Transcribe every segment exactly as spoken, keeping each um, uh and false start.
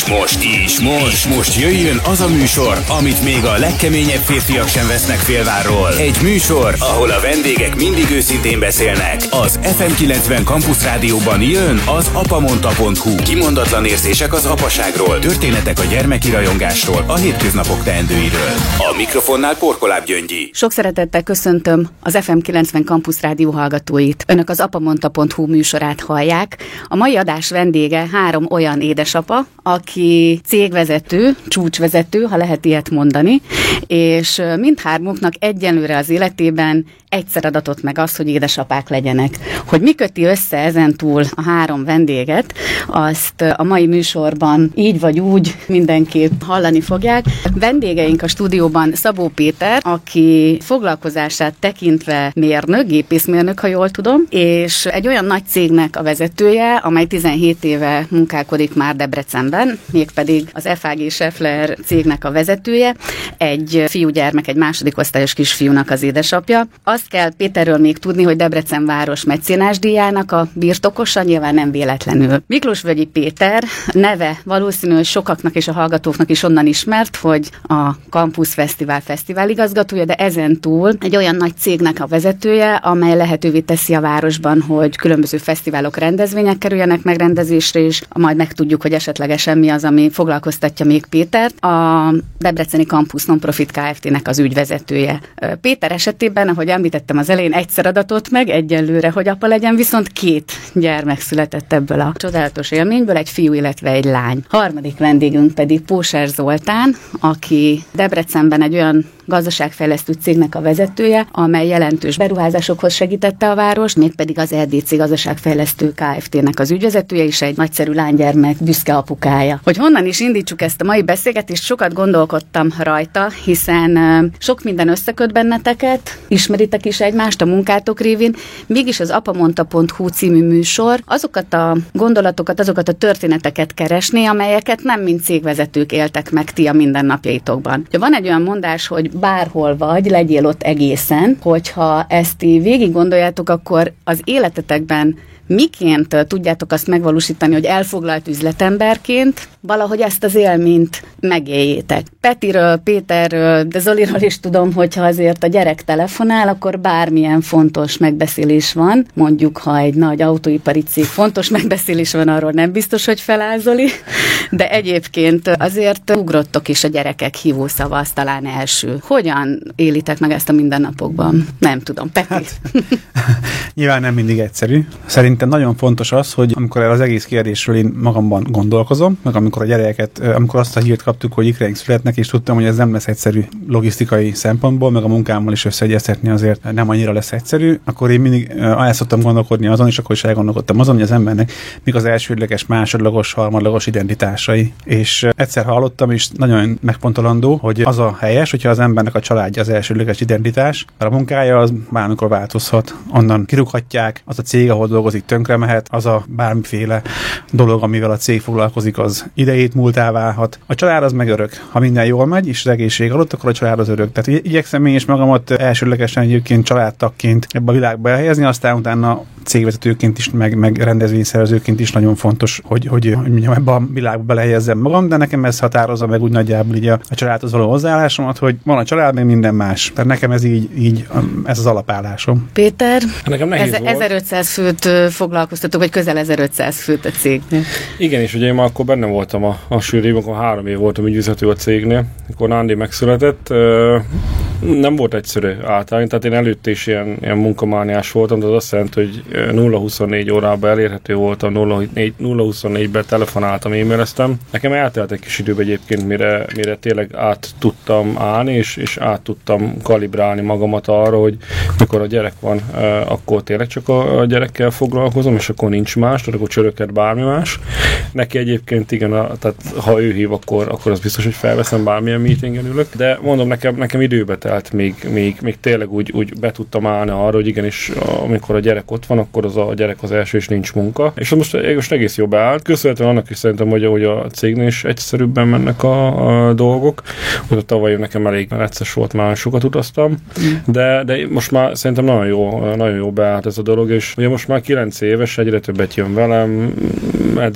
És most is, most, most jöjjön az a műsor, amit még a legkeményebb férfiak sem vesznek félvárról. Egy műsor, ahol a vendégek mindig őszintén beszélnek. Az ef em kilencven Campus Rádióban jön az apamonta pont hu. Kimondatlan érzések az apaságról, történetek a gyermeki rajongásról, a hétköznapok teendőiről. A mikrofonnál Porkoláb Gyöngyi. Sok szeretettel köszöntöm az ef em kilencven Campus Rádió hallgatóit. Önök az apamonta pont hu műsorát hallják. A mai adás vendége három olyan édesapa, aki cégvezető, csúcsvezető, ha lehet ilyet mondani, és mindhármuknak egyenlőre az életében egyszer adatott meg az, hogy édesapák legyenek. Hogy mi köti össze ezentúl a három vendéget, azt a mai műsorban így vagy úgy mindenképp hallani fogják. Vendégeink a stúdióban Szabó Péter, aki foglalkozását tekintve mérnök, gépészmérnök, ha jól tudom, és egy olyan nagy cégnek a vezetője, amely tizenhét éve munkálkodik már Debrecenben, mégpedig az ef á gé Schaeffler cégnek a vezetője, egy fiúgyermek, egy második osztályos kisfiúnak az édesapja. Azt kell Péterről még tudni, hogy Debrecen város mecénásdíjának a birtokosa, nyilván nem véletlenül. Miklósvölgyi Péter neve valószínű, hogy sokaknak és a hallgatóknak is onnan ismert, hogy a Campus Fesztivál fesztivál igazgatója, de ezen túl egy olyan nagy cégnek a vezetője, amely lehetővé teszi a városban, hogy különböző fesztiválok, rendezvények kerüljenek megrendezésre, és majd megtudjuk, hogy esetlegesen mi az, ami foglalkoztatja még Pétert. A Debreceni Campus Nonprofit Kft-nek az ügyvezetője. Péter esetében, ahogy említettem az elején, egyszer adatott meg egyelőre, hogy apa legyen, viszont két gyermek született ebből a csodálatos élményből, egy fiú, illetve egy lány. Harmadik vendégünk pedig Póser Zoltán, aki Debrecenben egy olyan gazdaságfejlesztő cégnek a vezetője, amely jelentős beruházásokhoz segítette a várost, mégpedig az er dé cé Gazdaságfejlesztő Kft-nek az ügyvezetője és egy nagyszerű lánygyermek büszke apukája. Hogy honnan is indítsuk ezt a mai beszélgetést, sokat gondolkodtam rajta, hiszen sok minden összeköt benneteket, ismeritek is egymást a munkátok révén, mégis az apamonta pont hu című műsor azokat a gondolatokat, azokat a történeteket keresné, amelyeket nem mint cégvezetők éltek meg ti a mindennapjaitokban. Ja, van egy olyan mondás, hogy bárhol vagy, legyél ott egészen, hogyha ezt végig gondoljátok, akkor az életetekben miként tudjátok azt megvalósítani, hogy elfoglalt üzletemberként valahogy ezt az élményt megéljétek. Petiről, Péterről, de Zoliról is tudom, hogyha azért a gyerek telefonál, akkor bármilyen fontos megbeszélés van. Mondjuk, ha egy nagy autóipari cég fontos megbeszélés van, arról nem biztos, hogy feláll Zoli, de egyébként azért ugrottok is a gyerekek hívószava, az talán első. Hogyan élitek meg ezt a mindennapokban? Nem tudom. Peti? Hát, nyilván nem mindig egyszerű. Szerintem nagyon fontos az, hogy amikor az egész kérdésről én magamban gondolkozom, meg amikor a gyerekeket, amikor azt a hírt kaptuk, hogy ikreink születnek, és tudtam, hogy ez nem lesz egyszerű logisztikai szempontból, meg a munkámmal is összeegyeztetni azért nem annyira lesz egyszerű, akkor én mindig el szoktam gondolkodni azon, és akkor is elgondolkodtam azon, hogy az embernek mik az elsődleges, másodlagos, harmadlagos identitásai. És egyszer hallottam, és nagyon megfontolandó, hogy az a helyes, hogyha az embernek a családja az elsődleges identitás, mert a munkája az bármikor változhat. Onnan kirúghatják, az a cég, ahol dolgozik, tönkre mehet, az a bármiféle dolog, amivel a cég foglalkozik, az idejét múltá válhat. A család az meg örök. Ha minden jól megy, és az egészség alatt, akkor a család az örök. Tehát igyekszem én is magamat elsődlegesen egyébként családtagként ebbe a világba elhelyezni, aztán utána cégvezetőként is, meg, meg rendezvényszervezőként is nagyon fontos, hogy, hogy, hogy mondjam, ebbe a világba belehelyezzem magam, de nekem ez határozza meg úgy nagyjából így a, a családhoz való hozzáállásomat, hogy van a család, meg minden más. Tehát nekem ez így, így ez az alapállásom. Péter, nekem ez, ezerötszáz főt foglalkoztatok, vagy közel ezerötszáz főt a cégnél. Igen, és ugye én már akkor benne voltam a, a sűrűben, akkor három év voltam ügyvezető a cégnél, akkor Nándi megszületett. Nem volt egyszerű általán, tehát én előtt is ilyen, ilyen munkamániás voltam, de az azt jelenti, hogy nulla huszonnégy órában elérhető voltam, nulla huszonnégyben telefonáltam, e-maileztem. Nekem eltelt egy kis időben egyébként, mire, mire tényleg át tudtam állni, és, és át tudtam kalibrálni magamat arra, hogy mikor a gyerek van, akkor tényleg csak a gyerekkel foglalkozom, és akkor nincs más, tehát akkor csöröket bármi más. Neki egyébként igen, a, tehát ha ő hív, akkor, akkor az biztos, hogy felveszem, bármilyen meetingen ülök, de mondom, nekem, nekem időbe telt, még, még, még tényleg úgy, úgy be tudtam állni arra, hogy igenis, amikor a gyerek ott van, akkor az a gyerek az első, és nincs munka. És most, most egész jó beállt. Köszönhetően annak is szerintem, hogy, hogy a cégnél is egyszerűbben mennek a, a dolgok. Hogy a tavaly nekem elég necces volt, már sokat utaztam, de, de most már szerintem nagyon jó, nagyon jó beállt ez a dolog, és ugye most már kilenc éves, egyre többet jön velem, edzőterem,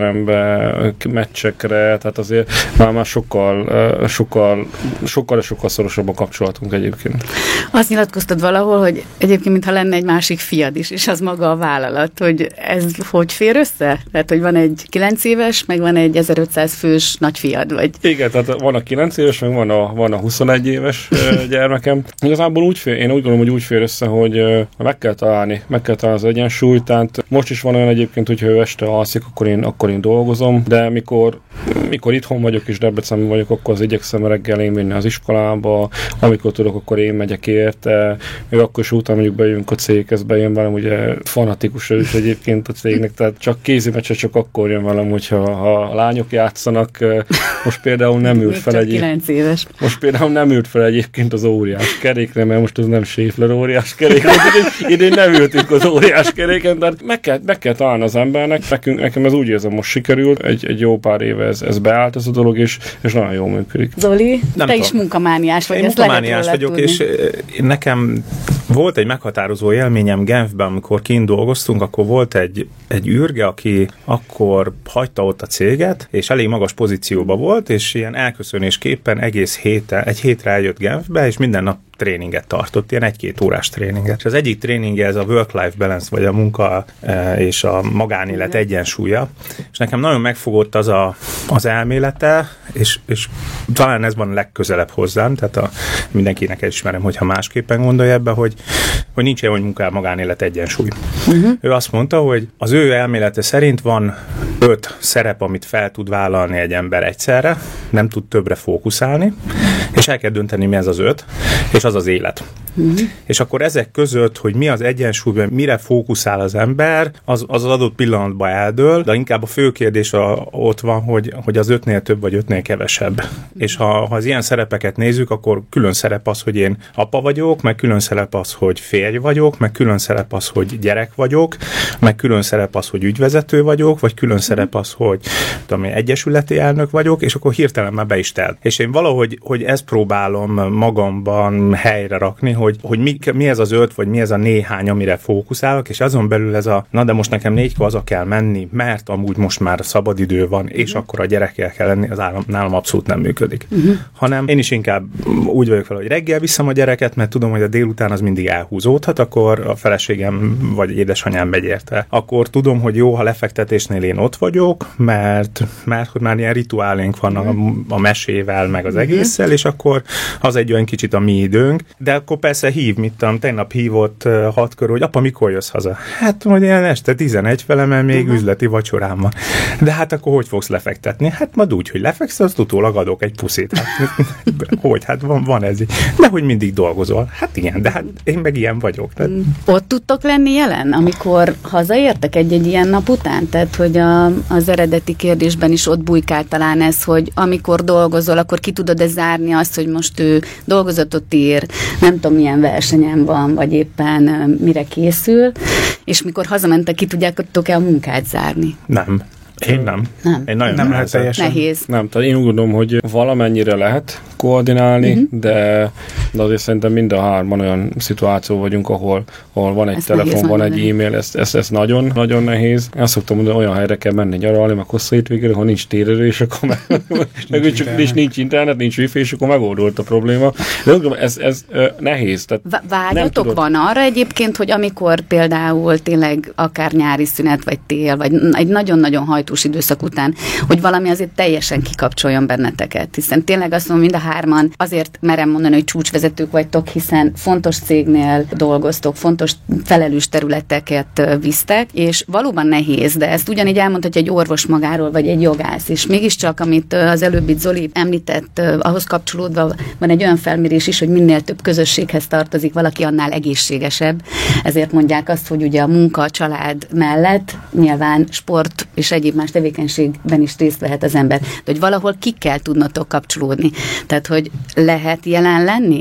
edzőterembe, meccsekre, tehát azért már, már sokkal, sokkal, sokkal, sokkal szorosabban kapcsolatunk egyébként. Azt nyilatkoztad valahol, hogy egyébként mintha lenne egy másik fiad is, és az maga a vállalat, hogy ez hogy fér össze? Tehát, hogy van egy kilenc éves, meg van egy ezerötszáz fős nagyfiad, vagy? Igen, tehát van a kilenc éves, meg van a, van a huszonegy éves gyermekem. Igazából úgy fér, én úgy gondolom, hogy úgy fér össze, hogy meg kell találni, meg kell találni az egyensúlyt, tehát most is van olyan egyébként, hogyha ő este alszik, akkor én, akkor én dolgozom, de mikor, mikor itthon vagyok és Debrecenben vagyok, akkor az igyekszem reggel én vinni az iskolába, amikor tudok, akkor én megyek érte, még akkor is utána mondjuk bejövünk a céghez, bejön velem, ugye fanatikus ő is egyébként a cégnek, tehát csak kézi meccse csak akkor jön velem, hogyha ha a lányok játszanak. Most például nem ült fel egyébként. Most például nem ült fel egyébként az óriás kerékre, mert most az nem Schaeffler óriás kerék, idén nem ültünk az óriás keréken, tehát meg kell, meg kell találni az embernek, nekünk, nekem ez úgy érzem, most sikerült, egy, egy jó pár éve ez, ez beállt ez a dolog, és, és nagyon jól működik. Zoli, nem te tudom. Is munkamániás vagy, én ezt munkamániás vagyok, tudni. És nekem volt egy meghatározó élményem Genfben, amikor kint dolgoztunk, akkor volt egy, egy űrge, aki akkor hagyta ott a céget, és elég magas pozícióban volt, és ilyen elköszönésképpen egész héten, egy hétre eljött Genfbe, és minden nap tréninget tartott, ilyen egy-két órás tréninget. És az egyik tréningje ez a work-life balance, vagy a munka és a magánélet egyensúlya. És nekem nagyon megfogott az a, az elmélete, és, és talán ez van legközelebb hozzám, tehát a, mindenkinek elismerem, hogyha másképpen gondolja ebbe, hogy, hogy nincs olyan, hogy munka magánélet egyensúly. Uh-huh. Ő azt mondta, hogy az ő elmélete szerint van öt szerep, amit fel tud vállalni egy ember egyszerre, nem tud többre fókuszálni, és el kell dönteni, mi ez az öt, és az az élet. Uh-huh. És akkor ezek között, hogy mi az egyensúlyban, mire fókuszál az ember, az az adott pillanatban eldől, de inkább a fő kérdés a, ott van, hogy, hogy az ötnél több vagy ötnél kevesebb. Uh-huh. És ha, ha az ilyen szerepeket nézzük, akkor külön szerep az, hogy én apa vagyok, meg külön szerep az, hogy férj vagyok, meg külön szerep az, hogy gyerek vagyok, meg külön szerep az, hogy ügyvezető vagyok, vagy külön szerep az, hogy tudom én, egyesületi elnök vagyok, és akkor hirtelen már be is telt. És én valahogy, hogy ezt próbálom magamban helyre rakni, hogy, hogy mi, mi ez az öt, vagy mi ez a néhány, amire fókuszálok, és azon belül ez a, na de most nekem négykor haza kell menni, mert amúgy most már szabadidő van, és uh-huh. akkor a gyerekkel kell lenni, az állam, nálam abszolút nem működik. Uh-huh. Hanem én is inkább úgy vagyok fel, hogy reggel viszem a gyereket, mert tudom, hogy a délután az mindig elhúzódhat, akkor a feleségem vagy édesanyám megy érte. Akkor tudom, hogy jó, ha lefektetésnél én ott vagyok, mert, mert hogy már ilyen rituálénk van a, a mesével, meg az egésszel, és akkor az egy olyan kicsit a mi időnk, de akkor persze hív, mit tudom, tegnap hívott uh, hat körül, hogy apa, mikor jössz haza? Hát, hogy ilyen este tizenegy fele, mert még uh-huh. üzleti vacsorám van. De hát akkor hogy fogsz lefektetni? Hát majd úgy, hogy lefeksz, azt utólag adok egy puszit. Hát, hogy? Hát van, van ez így. De hogy mindig dolgozol? Hát igen, de hát én meg ilyen vagyok. Tehát... Ott tudtok lenni jelen, amikor hazaértek egy-egy ilyen nap után? Tehát, hogy a, az eredeti kérdésben is ott bujkált talán ez, hogy amikor dolgozol, akkor ki tudod-e zárni azt, hogy most ő dolgozatot ír, nem tudom, milyen versenyen van, vagy éppen mire készül, és mikor hazamentek, ki tudjátok-e a munkát zárni? Nem. Én nem. Nem. Én nagyon nem lehet teljesen. Nehéz. Nem, tehát én úgy gondolom, hogy valamennyire lehet koordinálni, uh-huh. de, de azért szerintem mind a hárman olyan szituáció vagyunk, ahol, ahol van egy ezt telefon, van egy e-mail, ez, ez, ez nagyon, nagyon nehéz. Én azt szoktam mondani, olyan helyre kell menni nyaralni, meg hosszú hétvégére, ha nincs térerés, akkor meg, meg nincs, csak, nincs, nincs internet, nincs wifi, és akkor megoldult a probléma. De úgy gondolom, ez, ez uh, nehéz. Tehát vágyatok van arra egyébként, hogy amikor például tényleg akár nyári szünet, vagy tél, vagy egy nagyon-nagyon hajtós időszak után, hogy valami azért teljesen kikapcsoljon benneteket, hiszen tényleg azt mondom, mind a hárman azért merem mondani, hogy csúcsvezetők vagytok, hiszen fontos cégnél dolgoztok, fontos felelős területeket visztek, és valóban nehéz, de ezt ugyanígy elmondhatja egy orvos magáról, vagy egy jogász, és mégiscsak, amit az előbb itt Zoli említett, ahhoz kapcsolódva van egy olyan felmérés is, hogy minél több közösséghez tartozik valaki, annál egészségesebb. Ezért mondják azt, hogy ugye a munka, a család mellett nyilván sport és egyéb más tevékenységben is részt vehet az ember. De hogy valahol ki kell tudnotok kapcsolódni. Tehát, hogy lehet jelen lenni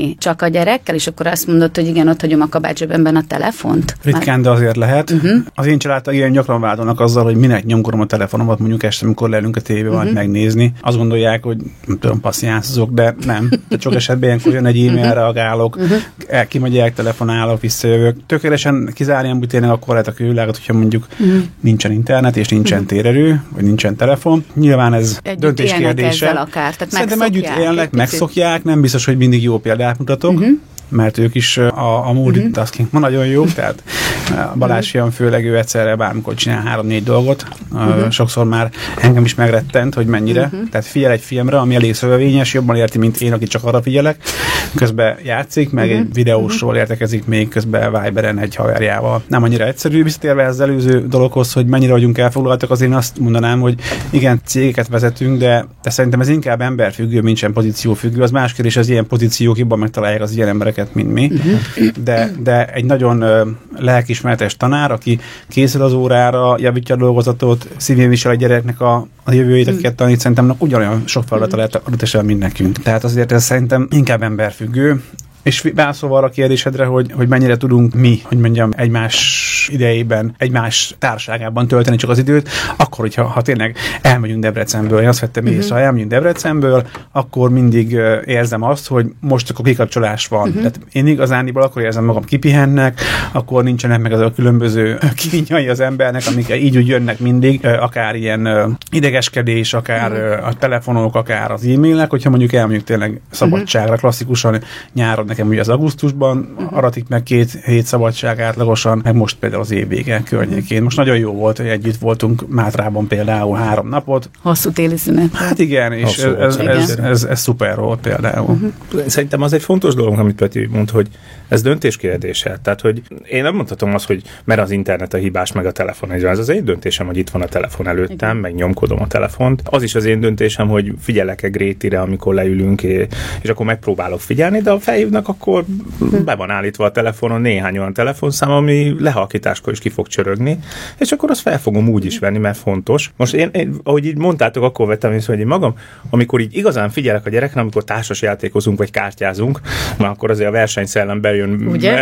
lenni csak a gyerekkel, és akkor azt mondod, hogy igen, ott hagyom a kabátzsebemben a telefont? Ritkán, de azért lehet. Uh-huh. Az én családtag ilyen gyakran vádolnak azzal, hogy minek nyomkorom a telefonomat mondjuk este, amikor leülünk a tévébe uh-huh. megnézni. Azt gondolják, hogy nem tudom, passziánszozok, de nem. De sok esetben ilyenkor jön egy e-mail, reagálok, uh-huh. kimegyek, telefonálok, visszajövök. Tökéletesen kizárni amúgy tényleg akkor lehet a külvilágot, hogyha mondjuk uh-huh. nincsen internet, és nincsen uh-huh. térerő, vagy nincsen telefon. Nyilván ez együtt döntés kérdése. Akár, szerintem együtt élnek, megszokják, nem biztos, hogy mindig jó példát mutatok. Uh-huh. mert ők is a, a multitasking uh-huh. ma nagyon jó, tehát Balázs ilyen főleg ő egyszerre bármikor csinál három-négy dolgot. Uh-huh. Sokszor már engem is megrettent, hogy mennyire. Uh-huh. Tehát figyel egy filmre, ami elég szövevényes, jobban érti, mint én, aki csak arra figyelek. Közben játszik, meg uh-huh. egy videósról értekezik még, közben Viberen egy haverjával. Nem annyira egyszerű. Visszatérve az előző dologhoz, hogy mennyire vagyunk elfoglaltak, azért én azt mondanám, hogy igen, cégeket vezetünk, de, de szerintem ez inkább emberfüggő, mint sem pozíciófüggő. Az más kérdés, az ilyen pozíciók jobban megtalálják az ilyen embereket, mint mi. Uh-huh. De, de egy nagyon uh, lelkismeretes tanár, aki készül az órára, javítja a dolgozatot, szívén visel a gyereknek a, a jövőjét, uh-huh. akiket tanít, szerintem ugyanolyan sok feladata lehet adott esetben, mint nekünk. Tehát azért ez szerintem inkább emberfüggő. És válaszolva arra a kérdésedre, hogy, hogy mennyire tudunk mi, hogy mondjam, egymás idejében, egymás társágában tölteni csak az időt, akkor, hogyha ha tényleg elmegyünk Debrecenből, én azt vettem uh-huh. észre, ha elmegyünk Debrecenből, akkor mindig uh, érzem azt, hogy most akkor kikapcsolás van. Uh-huh. Tehát én igazániból akkor érzem magam kipihennek, akkor nincsenek meg az a különböző kínjai az embernek, amik így úgy jönnek mindig, uh, akár ilyen uh, idegeskedés, akár uh-huh. uh, a telefonok, akár az e-mailek, hogyha mondjuk elmegyünk tényleg szabadságra, klasszikusan nyáron nekem ugye az augusztusban uh-huh. aratik meg két hét szabadság átlagosan, meg most például az évvége környékén. Most nagyon jó volt, hogy együtt voltunk Mátrában például három napot. Hosszú téli szünet. Hát igen, és ez, ez, ez, ez, ez szuper volt például. Uh-huh. Szerintem az egy fontos dolog, amit Peti mond, hogy ez döntés kérdése. Tehát, hogy én nem mondhatom azt, hogy mert az internet a hibás, meg a telefon. Ez az én döntésem, hogy itt van a telefon előttem, igen. meg nyomkodom a telefont. Az is az én döntésem, hogy figyelek-e Grétire, amikor leülünk, és akkor megpróbálok figyelni, de a felhívnak, akkor be van állítva a telefonon néhány olyan telefonszám, ami lehalkításkor is ki fog csörögni, és akkor azt fel fogom úgy is venni, mert fontos. Most én, én ahogy így mondtátok, akkor vettem észre, hogy én magam, amikor így igazán figyelek a gyerekre, amikor társas játékozunk, vagy kártyázunk, mert akkor azért a versenyszellem bejön, ugye?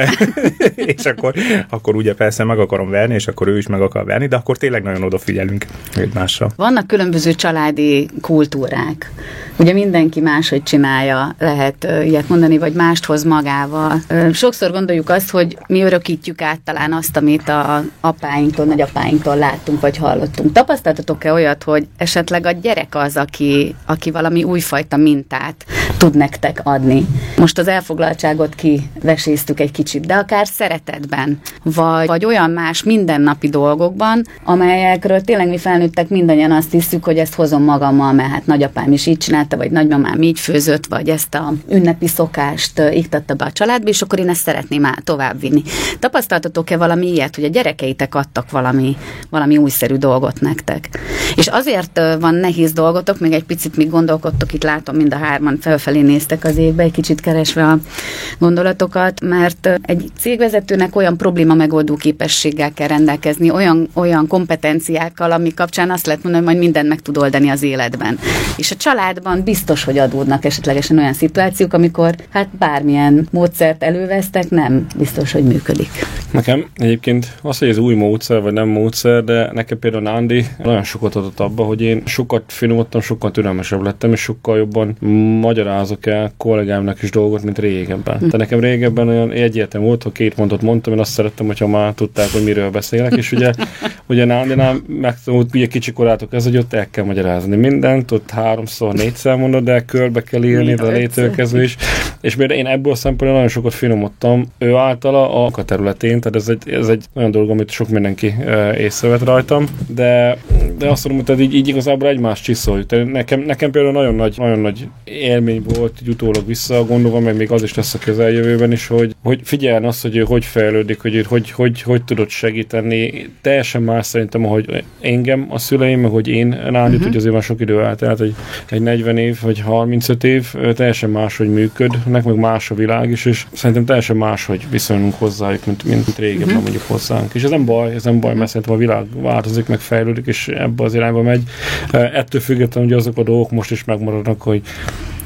és akkor, akkor ugye persze meg akarom verni, és akkor ő is meg akar verni, de akkor tényleg nagyon odafigyelünk egymásra. Vannak különböző családi kultúrák. Ugye mindenki máshogy csinálja, lehet ilyet mondani, vagy mást hoz magával. Sokszor gondoljuk azt, hogy mi örökítjük át talán azt, amit a apáinktól, nagyapáinktól láttunk, vagy hallottunk. Tapasztaltatok-e olyat, hogy esetleg a gyerek az, aki, aki valami újfajta mintát tud nektek adni? Most az elfoglaltságot kiveséztük egy kicsit, de akár szeretetben, vagy, vagy olyan más mindennapi dolgokban, amelyekről tényleg mi felnőttek mindannyian azt hiszük, hogy ezt hozom magammal, mert hát nagyapám is így csinálta, vagy nagymamám így főzött, vagy ezt a ünnepi szokást iktatta be a családba, és akkor én ezt szeretném már továbbvinni. Tapasztaltatok-e valami ilyet, hogy a gyerekeitek adtak valami, valami újszerű dolgot nektek? És azért van nehéz dolgotok, még egy picit még gondolkodtok, itt látom, mind a hárman felfelé néztek az évbe, egy kicsit keresve a gondolatokat, mert egy cégvezetőnek olyan probléma megoldó képességgel kell rendelkezni, olyan, olyan kompetenciákkal, ami kapcsán azt lehet mondani, hogy majd mindent meg tud oldani az életben. És a családban biztos, hogy adódnak esetlegesen olyan szituációk, amikor hát bármilyen módszert elővesztek, nem biztos, hogy működik. Nekem egyébként az, hogy ez új módszer, vagy nem módszer, de nekem például Nándi nagyon sokat adott abba, hogy én sokat finomodtam, sokkal türelmesebb lettem, és sokkal jobban magyarázok el kollégámnak is dolgot, mint régebben. Hm. De nekem régebben olyan egyértelmű volt, ha két mondatot mondtam, én azt szerettem, hogyha már tudták, hogy miről beszélek, és ugye, ugye Nándinál megtanult, ugye kicsi korától ez, hogy ott el kell magyarázni mindent, ott háromszor, négyszer mondod, de körbe kell írni, de létől kezdve is. És például én ebből a szempontból nagyon sokat finomodtam ő általa a területén, tehát ez egy, ez egy olyan dolog, amit sok mindenki uh, észrevett rajtam, de, de azt mondom, hogy így, így igazából egymást csiszoljuk. Nekem, nekem például nagyon nagy, nagyon nagy élmény volt, így utólag visszagondolva, meg még az is lesz a közeljövőben is, hogy, hogy figyelni azt, hogy ő hogy fejlődik, hogy hogy, hogy, hogy tudod segíteni. Teljesen más szerintem, ahogy engem a szüleim, meg hogy én Nándit, uh-huh. hogy azért már sok idő eltelt, egy, egy negyven év, vagy harmincöt év, teljesen más, hogy működnek, meg más a világ is, és szerintem teljesen más, hogy viszonyulunk hozzájuk, mint, mint régebben uh-huh. mondjuk hozzánk. És ez nem baj, ez nem baj, mert szerintem a világ változik, meg fejlődik, és ebbe az irányba megy. Ettől függetlenül, hogy azok a dolgok most is megmaradnak, hogy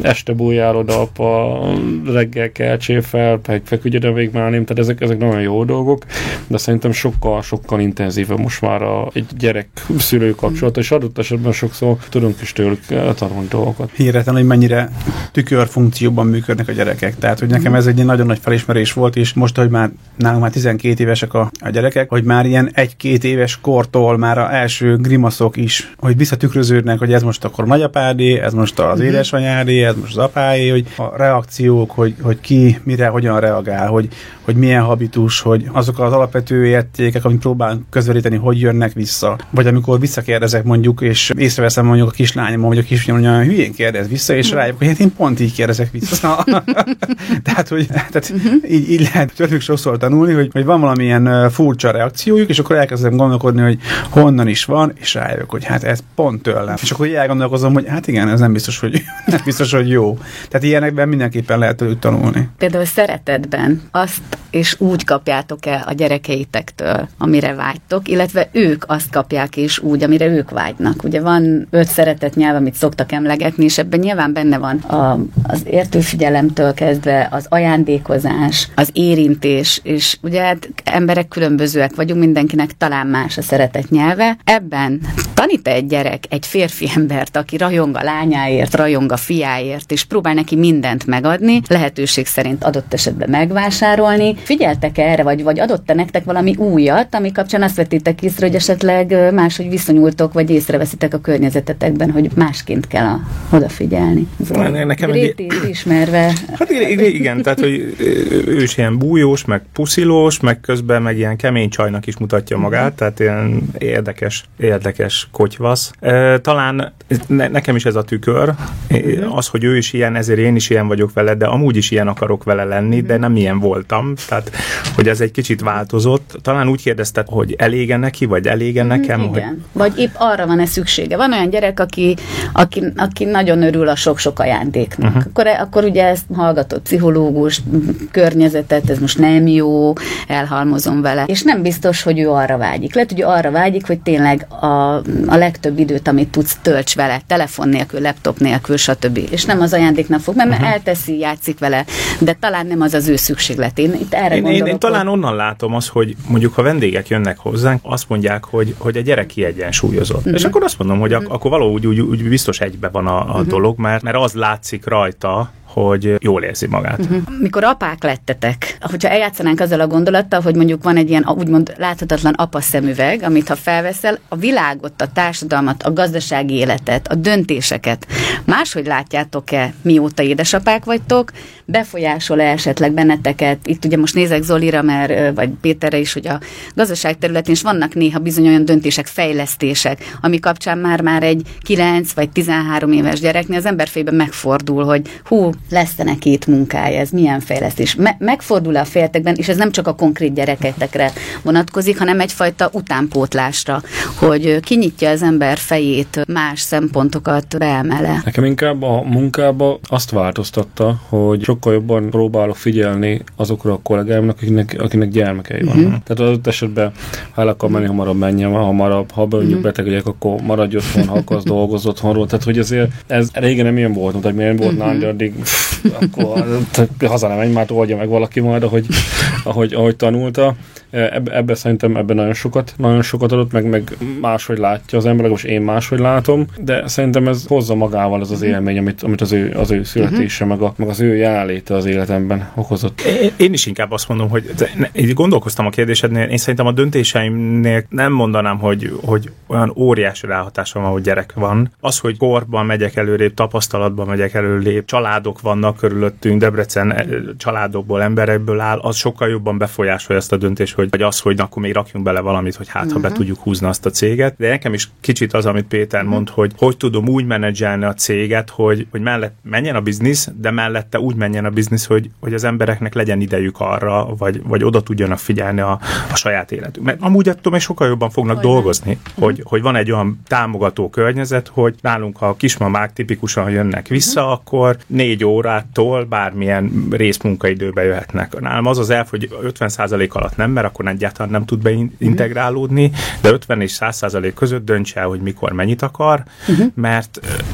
este bújjál oda, apa, reggel keltsél fel, feküdj ide még már nem, tehát ezek, ezek nagyon jó dolgok, de szerintem sokkal, sokkal intenzívebb most már a, egy gyerek-szülő kapcsolata, és adott esetben sokszor tudunk is tőlük tanulni dolgokat. Hihetetlen, hogy mennyire tükörfunkcióban működnek a gyerekek. Tehát, hogy nekem ez egy nagyon nagy felismerés volt, és most, hogy már nálunk már tizenkét évesek a, a gyerekek, hogy már ilyen egy-két éves kortól már az első grimaszok is, hogy visszatükröződnek, hogy ez most akkor nagyapádé, ez most az mm-hmm. édesanyádé, ez most az apáé, hogy a reakciók, hogy, hogy ki mire, hogyan reagál, hogy, hogy milyen habitus, hogy azok az alapvető értékek, amit próbál közvetíteni, hogy jönnek vissza. Vagy amikor visszakérdezek mondjuk, és észreveszem mondjuk a kislányom, vagy a kisfiam, hogy olyan hülyén kérdez vissza, és rájuk, hogy hát én pont így kérdezek vissza. tehát, hogy tehát uh-huh. így, így lehet tőlük sokszor tanulni, hogy, hogy van valamilyen furcsa reakciójuk, és akkor elkezdem gondolkodni, hogy honnan is van, és rájövök, hogy hát ez pont tőlem. És akkor így elgondolkozom, hogy hát igen, ez nem biztos, hogy, nem biztos, hogy jó. Tehát ilyenekben mindenképpen lehet tőlük tanulni. Például szeretetben azt és úgy kapjátok el a gyerekeitektől, amire vágytok, illetve ők azt kapják és úgy, amire ők vágynak. Ugye van öt szeretet nyelv, amit szoktak emlegetni, és ebben nyilván benne van a, az értőfigyelemtől kezdve az ajándékozás, az érintés, és ugye hát emberek különbözőek vagyunk, mindenkinek talán más a szeretet nyelve. Ebben tanít egy gyerek egy férfi embert, aki rajong a lányáért, rajong a fiáért, és próbál neki mindent megadni, lehetőség szerint adott esetben megvásárolni. Figyeltek erre, vagy, vagy adott-e nektek valami újat, ami kapcsán azt vettétek észre, hogy esetleg máshogy viszonyultok, vagy észreveszitek a környezetetekben, hogy másként kell a, odafigyelni. Nekem Gréti egy... ismerve. Hát igen, tehát, hogy ő is ilyen bújós, meg puszilós, meg közben meg ilyen kemény csajnak is mutatja magát, tehát ilyen érdekes, érdekes kotyvasz. Talán ne, nekem is ez a tükör, az, hogy ő is ilyen, ezért én is ilyen vagyok vele, de amúgy is ilyen akarok vele lenni, de nem ilyen voltam, tehát, hogy ez egy kicsit változott. Talán úgy kérdezted, hogy elége neki, vagy elége nekem? Igen. Hogy... Vagy épp arra van-e szüksége. Van olyan gyerek, aki, aki, aki nagyon örül a sok-sok ajándéknak. Uh-huh. Akkor, akkor ugye ezt hallgatott pszichológus, környezetet, ez most nem jó, elhalmozom vele. És nem biztos, hogy ő arra vágyik. Lehet, hogy ő arra vágyik, hogy tényleg a, a legtöbb időt, amit tudsz, tölts vele, telefon nélkül, laptop nélkül, stb. És nem az ajándéknak fog, mert uh-huh. elteszi, játszik vele, de talán nem az az ő szükséglet. Én itt erre én, gondolok, én, én talán hogy... onnan látom azt, hogy mondjuk ha vendégek jönnek hozzánk, azt mondják, hogy, hogy a gyerek kiegyensúlyozott. Uh-huh. És akkor azt mondom, hogy uh-huh. ak- akkor valahogy úgy, úgy biztos egybe van a, a uh-huh. dolog, mert, mert az látszik rajta, hogy jól érzi magát. Uh-huh. Mikor apák lettetek, hogyha eljátszanánk azzal a gondolattal, hogy mondjuk van egy ilyen úgymond láthatatlan apa szemüveg, amit ha felveszel, a világot, a társadalmat, a gazdasági életet, a döntéseket máshogy látjátok-e, mióta édesapák vagytok, befolyásol-e esetleg benneteket, itt ugye most nézek Zolira, mert, vagy Péterre is, hogy a gazdaság területén is vannak néha bizony olyan döntések, fejlesztések, ami kapcsán már-már egy kilenc vagy tizenhárom éves gyereknél az ember fejében megfordul, hogy hú, lesz-e neki itt munkája, ez milyen fejlesztés. Me- megfordul a fejetekben, és ez nem csak a konkrét gyereketekre vonatkozik, hanem egyfajta utánpótlásra, hogy kinyitja az ember fejét, más szempontokat beemele. Nekem inkább a munkába azt változtatta, hogy sokkal jobban próbálok figyelni azokra a kollégáimnak, akinek, akinek gyermekei vannak. Uh-huh. Tehát az esetben ha el akar menni, hamarabb menjen, hamarabb, ha mondjuk uh-huh. betegek, akkor maradj otthon, ha akarsz dolgoz otthonról. Tehát, hogy azért ez régen nem ilyen volt, tehát milyen volt uh-huh. addig akkor haza nem menj, már oldja meg valaki majd, ahogy, ahogy, ahogy tanulta. Ebben ebbe szerintem ebben nagyon sokat, nagyon sokat adott, meg, meg máshogy látja az ember, most én máshogy látom, de szerintem ez hozza magával ez az élmény, amit, amit az, ő, az ő születése, uh-huh. meg, a, meg az ő jelenléte az életemben okozott. Én, én is inkább azt mondom, hogy így gondolkoztam a kérdésednél, én szerintem a döntéseimnél nem mondanám, hogy, hogy olyan óriási ráhatásom van, hogy gyerek van. Az, hogy korban megyek előrébb, tapasztalatban megyek előrébb, családok vannak körülöttünk, Debrecen családokból, emberekből áll, az sokkal jobban befolyásolja ezt a döntést, hogy vagy az, hogy akkor még rakjunk bele valamit, hogy hát, uh-huh. ha be tudjuk húzni azt a céget. De nekem is kicsit az, amit Péter uh-huh. mond, hogy hogy tudom úgy menedzselni a céget, hogy, hogy mellett menjen a biznisz, de mellette úgy menjen a biznisz, hogy, hogy az embereknek legyen idejük arra, vagy, vagy oda tudjanak figyelni a, a saját életük. Mert amúgy attól még sokkal jobban fognak Olyan. dolgozni, uh-huh. hogy, hogy van egy olyan támogató környezet, hogy nálunk, ha a kismamák tipikusan jönnek vissza, uh-huh. akkor négy órától bármilyen részmunkaidőbe jöhetnek. Nálam az az elf, hogy ötven százalék alatt nem, mert akkor egyáltalán nem tud beintegrálódni, de ötven és száz százalék között döntse el, hogy mikor mennyit akar, uh-huh. mert,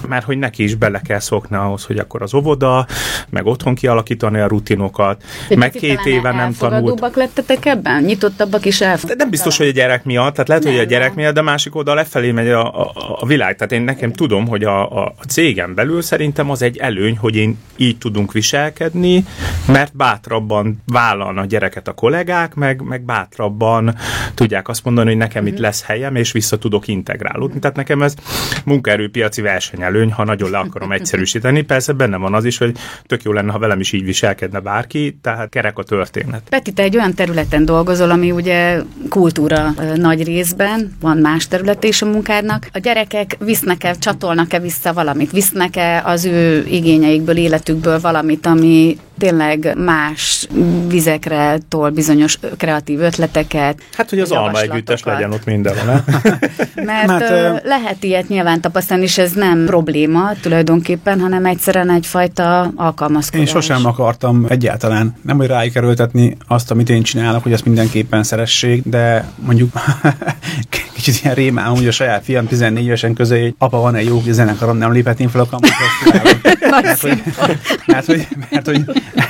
mert hogy neki is bele kell szokni ahhoz, hogy akkor az óvoda, meg otthon kialakítani a rutinokat, de meg két éve nem tanult. Elfogadóbbak lettetek ebben? Nyitottabbak is elfogadóbbak? Nem biztos, hogy a gyerek miatt, tehát lehet, nem, hogy a gyerek miatt, de másik oldal lefelé megy a, a, a világ. Tehát én nekem tudom, hogy a, a cégem belül szerintem az egy előny, hogy én így tudunk viselkedni, mert bátrabban vállalnak a gyereket a kollégák, meg, meg bátrabban tudják azt mondani, hogy nekem itt lesz helyem, és vissza tudok integrálódni. Tehát nekem ez munkaerőpiaci versenyelőny, ha nagyon le akarom egyszerűsíteni. Persze benne van az is, hogy tök jó lenne, ha velem is így viselkedne bárki, tehát kerek a történet. Peti, te egy olyan területen dolgozol, ami ugye kultúra nagy részben, van más területe is a munkádnak. A gyerekek visznek-e, csatolnak-e vissza valamit? Visznek-e az ő igényeikből, életükből valamit, ami tényleg más vizekre tol bizonyos kreatív ötleteket? Hát, hogy az almaegyüttes legyen ott mindenhol. Mert hát, ö, lehet ilyet nyilván tapasztalni, és ez nem probléma tulajdonképpen, hanem egyszerűen egyfajta alkalmazkodás. Én sosem akartam egyáltalán, nem hogy rájuk erőltetni azt, amit én csinálok, hogy ezt mindenképpen szeressék, de mondjuk kicsit ilyen rémálom, hogy a saját fiam tizennégy évesen közé, hogy apa, van egy jó zenekarom, nem léphetném fel a kampusra. mert, hogy, mert, hogy, mert hogy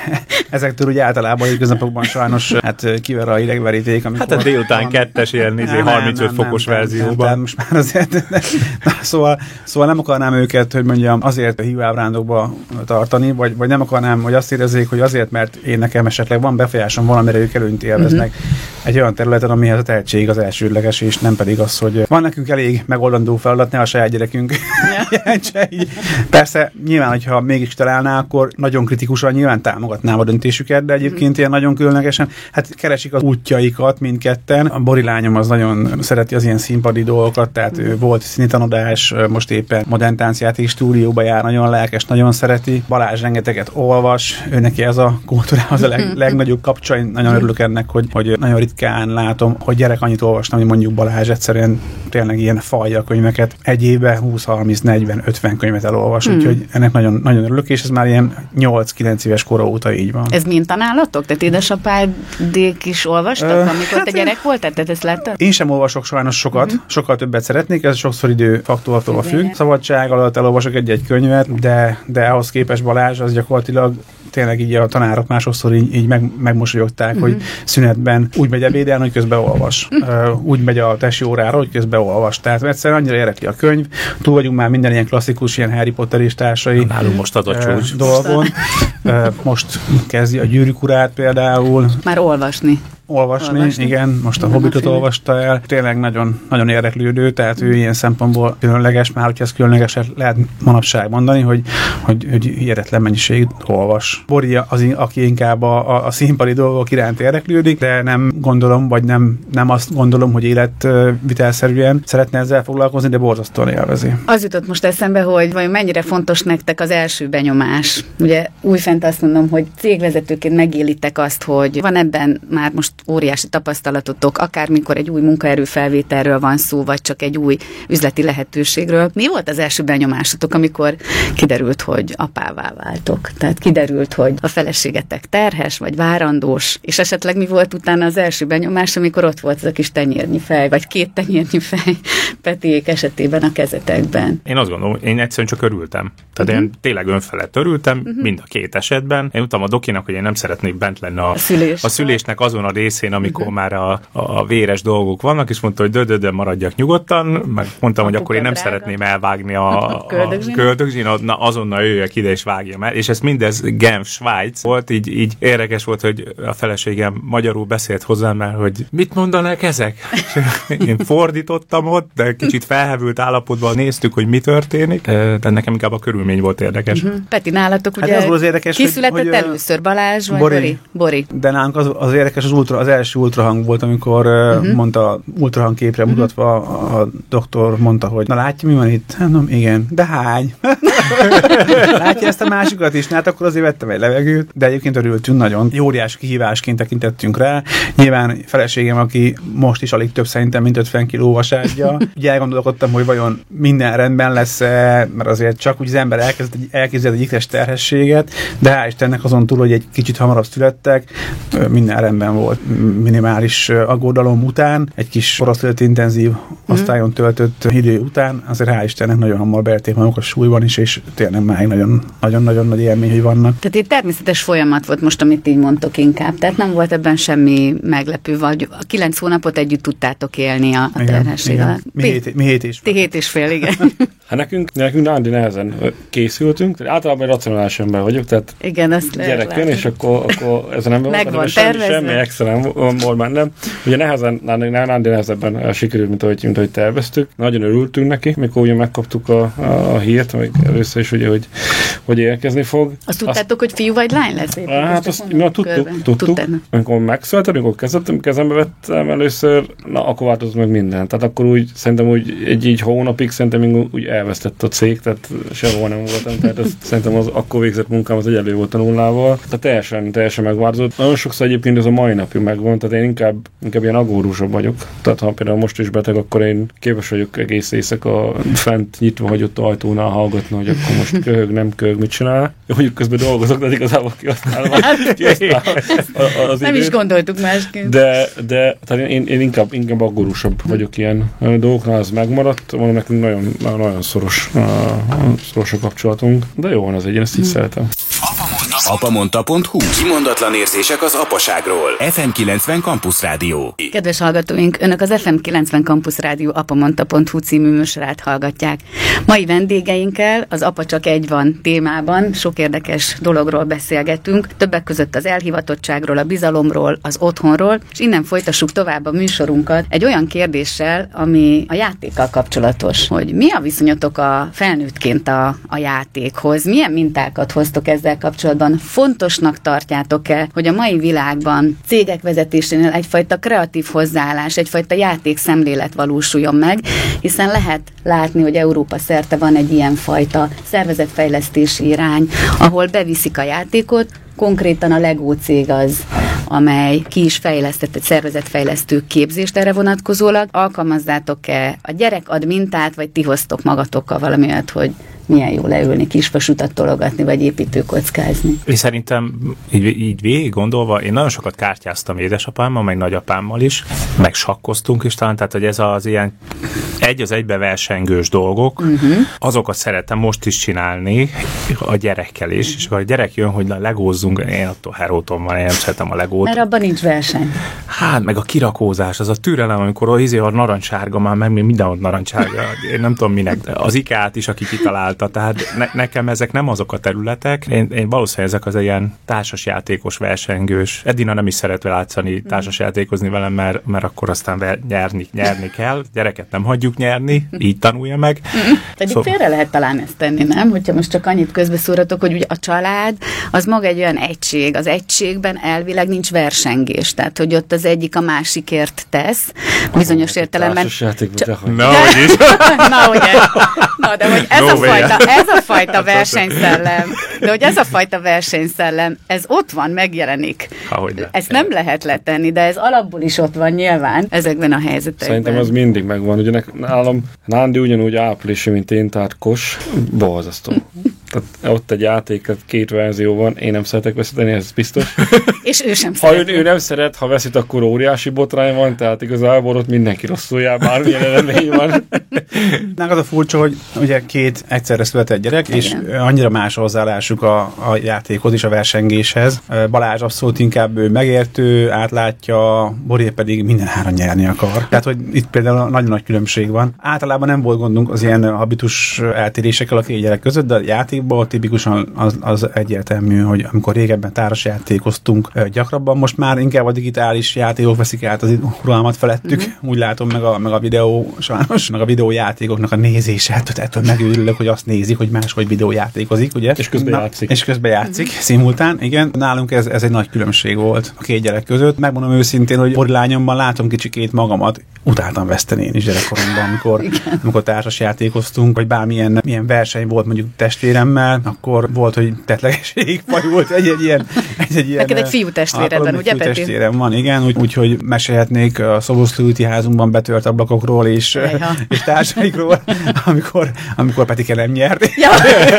ezektől ugye általában hétköznapokban sajnos hát kiver a idegveríték. Hát a délután van, kettes ilyen nézé, harmincöt fokos nem, verzióban. Nem, most már azért, de, na, szóval, szóval nem akarnám őket, hogy mondjam, azért híválbrándokba tartani, vagy, vagy nem akarnám, hogy azt érezzék, hogy azért, mert én nekem esetleg van befolyásom valamire, ők előnyt élveznek uh-huh. egy olyan területen, amihez a tehetség az elsődleges, és nem pedig az, hogy van nekünk elég megoldandó feladat, ne a saját gyerekünk jelentse így. Persze, nyilván, hogyha mégis találná, akkor nagyon kritikusan nyilván támogatnám a döntésüket, de egyébként mm. ilyen nagyon különlegesen, hát keresik az útjaikat mindketten. A Bori lányom az nagyon szereti az ilyen színpadi dolgokat, tehát mm. ő volt színitanodás, most éppen modern táncjáték stúdióba jár, nagyon lelkes, nagyon szereti. Balázs rengeteget olvas, ő neki ez a kultúrához a leg, legnagyobb kapcsa, én nagyon örülök ennek, hogy, hogy nagyon ritkán látom, hogy gyerek annyit olvastam, hogy mondjuk Balázs egyszerűen tényleg ilyen fajja könyveket egy évben húsz, harminc, negyven, ötven könyvet elolvas, mm. úgyhogy ennek nagyon, nagyon örülök, és ez már ilyen nyolc-kilenc éves kora óta így van. Ez mintanálatok? Tehát édesapádék is olvastak, uh, amikor hát te gyerek voltál? Tehát ezt láttad? Én sem olvasok sajnos sokat, uh-huh. sokkal többet szeretnék, ez sokszor időfaktortól függ. Szabadság alatt elolvasok egy-egy könyvet, de, de ahhoz képest Balázs az gyakorlatilag tényleg így a tanárok már sokszor így, így meg, megmosolyogták, uh-huh. hogy szünetben úgy megy ebédelni, hogy közben olvas. Uh-huh. Uh, úgy megy a tesi órára, hogy közben olvas. Tehát egyszerűen annyira érdekli a könyv. Túl vagyunk már minden ilyen klasszikus, ilyen Harry Potter és társai. Nálunk most az a csúcs. Uh, dolgon. Uh, most kezdi a Gyűrűk urát például. Már olvasni. Olvasni, olvasni, igen, most a Hobbitot olvasta el, tényleg nagyon, nagyon érdeklődő, tehát ő ilyen szempontból különleges, már hogyha ez különleges lehet manapság mondani, hogy, hogy, hogy hihetetlen mennyiség olvas. Bori az, aki inkább a, a, a színpadi dolgok iránt érdeklődik, de nem gondolom, vagy nem, nem azt gondolom, hogy életvitelszerűen szeretne ezzel foglalkozni, de borzasztóan élvezi. Az jutott most eszembe, hogy vajon mennyire fontos nektek az első benyomás. Ugye újfent azt mondom, hogy cégvezetőként megélitek azt, hogy van ebben már most óriási tapasztalatotok, akármikor egy új munkaerőfelvételről van szó, vagy csak egy új üzleti lehetőségről. Mi volt az első benyomásotok, amikor kiderült, hogy apává váltok? Tehát kiderült, hogy a feleségetek terhes, vagy várandós, és esetleg mi volt utána az első benyomás, amikor ott volt az a kis tenyérnyi fej, vagy két tenyérnyi fej Petiék esetében a kezetekben? Én azt gondolom, én egyszerűen csak örültem. Tehát uh-huh. én tényleg önfelett örültem, uh-huh. mind a két esetben. Én utána a dokinak, hogy én nem szeretnék bent lenni a, a, szülés. a szülésnek azon a részén, amikor uh-huh. már a, a véres dolgok vannak, és mondta, hogy dödödön maradjak nyugodtan, meg mondtam, a hogy akkor én nem drága. szeretném elvágni a, a köldögzsinót, na azonnal jöjjek ide és vágjam el. És ez mindez Genf, Svájc volt, így, így érdekes volt, hogy a feleségem magyarul beszélt hozzám, mert hogy mit mondanak ezek? Én fordítottam ott, de kicsit felhevült állapotban néztük, hogy mi történik, de nekem inkább a körülmény volt érdekes. Uh-huh. Peti, nálatok ugye hát az érdekes, ki született hogy, először, Balázs vagy Bori? Bori? Bori. De nálunk az, az érdekes, az, ultra, az első ultrahang volt, amikor uh-huh. mondta, ultrahangképre uh-huh. mutatva a, a doktor mondta, hogy na látja, mi van itt? Hát, no, igen, de hány? Látja ezt a másikat is? Hát akkor azért vettem egy levegőt, de egyébként örültünk nagyon. Óriás kihívásként tekintettünk rá. Nyilván feleségem, aki most is alig több szerintem, mint ötven kiló vasárgya. Ugye elgondolkodtam, hogy vajon minden rendben lesz-e, mert azért csak úgy az ember elkezd, elképzel egy ikres terhességet, de hál' Istennek azon túl, hogy egy kicsit hamarabb születtek, minden rendben volt. Minimális aggódalom után, egy kis oroszlét intenzív osztályon töltött idő után, azért hál' Istennek nagyon hamar beérték magukat súlyban is, és tényleg már nagyon-nagyon nagy élmény, hogy vannak. Tehát egy természetes folyamat volt most, amit így mondtok inkább. Tehát nem volt ebben semmi meglepő, vagy a kilenc hónapot együtt tudtátok élni a, a terhesség alatt. Mi, hét, mi hét és fél. Ti hét és fél, igen. Hát nekünk, nekünk Nándi nehezen készültünk, általában egy racionális ember vagyok, tehát igen, azt gyerek jön, és akkor, akkor ezen nem meg van semmi, semmi extra nem volt már nem. Ugye nehezen, Nándi nehezebben sikerült, mint ahogy, mint ahogy terveztük. Nagyon örültünk neki, mikor ugye megkaptuk a, a, a hírt, meg először is ugye, hogy, hogy érkezni fog. Azt tudtátok, azt, hogy fiú vagy lány lesz? Éppen, hát azt mi tudtuk, tudtuk. Amikor megszületett, amikor kezdettem, kezembe vettem először, na akkor változott meg minden. Tehát akkor úgy, szerintem úgy egy így hónapig szerintem úgy elvesztett a cég, tehát sehol nem voltam, tehát ez, szerintem az akkor végzett munkám az egyelő volt a nullával. Tehát teljesen, teljesen megváltozott. Nagyon sokszor egyébként ez a mai napig megvan, tehát én inkább, inkább ilyen agórusabb vagyok. Tehát ha például most is beteg, akkor én képes vagyok egész éjszaka fent nyitva hagyott ajtónál hallgatni, hogy akkor most köhög, nem köhög, mit csinál. Jó, mondjuk közben dolgozok, de igazából kihasználom. Az nem is gondoltuk másként. De, de tehát én, én inkább, inkább agórusabb vagyok ilyen dolgoknál, az megmaradt. Mondom, nekünk nagyon, nagyon szoros, szoros a kapcsolatunk. De jó van az egy, én ezt így szeretem. apamonta pont hu. Kimondatlan érzések az apaságról. ef em kilencven Campus Rádió. Kedves hallgatóink, önök az ef em kilencven Campus Rádió apamonta pont hu című műsorát hallgatják. Mai vendégeinkkel az Apa csak egy van témában sok érdekes dologról beszélgetünk, többek között az elhivatottságról, a bizalomról, az otthonról, és innen folytassuk tovább a műsorunkat egy olyan kérdéssel, ami a játékkal kapcsolatos, hogy mi a viszonyatok a felnőttként a, a játékhoz, milyen mintákat hoztok ezzel kapcsolatban, fontosnak tartjátok-e, hogy a mai világban cégek vezetésénél egyfajta kreatív hozzáállás, egyfajta játékszemlélet valósuljon meg, hiszen lehet látni, hogy Európa szerte van egy ilyen fajta szervezetfejlesztési irány, ahol beviszik a játékot, konkrétan a Lego cég az, amely ki is fejlesztett egy szervezetfejlesztő képzést erre vonatkozólag. Alkalmazzátok-e, a gyerek ad mintát, vagy ti hoztok magatokkal valami olyat, hogy milyen jó leülni, kisvasutat tologatni, vagy építőkockázni? Én szerintem így, így végig gondolva, én nagyon sokat kártyáztam édesapámmal, meg nagyapámmal is, meg sakkoztunk is talán, tehát hogy ez az ilyen egy az egybe versengős dolgok, uh-huh. azokat szeretem most is csinálni a gyerekkel is, és akkor a gyerek jön, hogy na, legózzunk, én attól heróton van, én nem szeretem a legót. Mert abban nincs verseny. Hát, meg a kirakózás, az a türelem, amikor az izé a narancssárga már, meg mindenhol narancssárga, én nem tudom minek, az ikát is, aki kitalálta, tehát ne, nekem ezek nem azok a területek, én, én valószínűleg ezek az ilyen társasjátékos, versengős, Edina nem is szeret látszani társasjátékozni velem, mert, mert akkor aztán ver, nyerni, nyerni kell, gyereket nem hagyjuk nyerni, így tanulja meg. Pedig szóval... félre lehet talán ezt tenni, nem? Hogyha most csak annyit közbeszúratok, hogy ugye a család az maga egy olyan egység, az egységben elvileg nincs versengés, tehát hogy ott az egyik a másikért tesz, bizonyos oh, értelemben. Csak... Na, hogy is. Na, ugye. Na, de hogy ez, no a fajta, ez a fajta versenyszellem, de hogy ez a fajta versenyszellem, ez ott van, megjelenik. Ahogy ezt nem lehet letenni, de ez alapból is ott van nyilván ezekben a helyzetekben. Szerintem az mindig megvan. Ugye nálam Nándi ugyanúgy áprilisi, mint én, tehát kos, borzasztó. Tehát ott egy játék, két verzió van, én nem szeretek veszíteni, ez biztos. És ő sem ha ő, ő nem szeret, ha veszít, akkor óriási botrány van, tehát igazából ott mindenki rosszul jár, bármilyen eredmény van. Nálunk az a furcsa, hogy ugye két egyszerre született gyerek, igen. És annyira más hozzáállásuk a, a játékhoz és a versengéshez. Balázs abszolút inkább ő megértő, átlátja, Boré pedig minden áron nyerni akar. Tehát, hogy itt például nagyon nagy különbség van. Általában nem volt gondunk az ilyen habitus eltérésekkel a két gyerek között, de a játékban tipikusan az, az egyértelmű, hogy amikor régebben társasjátékoztunk gyakrabban, most már inkább a digitális játékok veszik át az uralmat felettük. Mm-hmm. Úgy látom, meg a, meg a videó, sajnos, meg a videójátékoknak a nézése, ettől megőrülök, hogy azt nézik, hogy máshogy videójátékozik, ugye? És közben Na, játszik. És közben játszik, mm-hmm. szimultán, igen. Nálunk ez, ez egy nagy különbség volt a két gyerek között. Megmondom őszintén, hogy Borilányomban látom kicsikét magamat, utáltam veszteni én is gyerekkoromban, amikor, amikor társasjátékoztunk, vagy bármilyen milyen verseny volt mondjuk testvéremmel, akkor volt, hogy tetlegeség fajult egy-egy ilyen... Egy-egy ilyen neked egy fiú testvéred van, ugye, Peti? Testvérem van, igen, úgyhogy úgy, hogy mesélhetnék a Szoboszlóúti házunkban betört ablakokról és, és társaikról, amikor, amikor Petike nem nyert. Ja.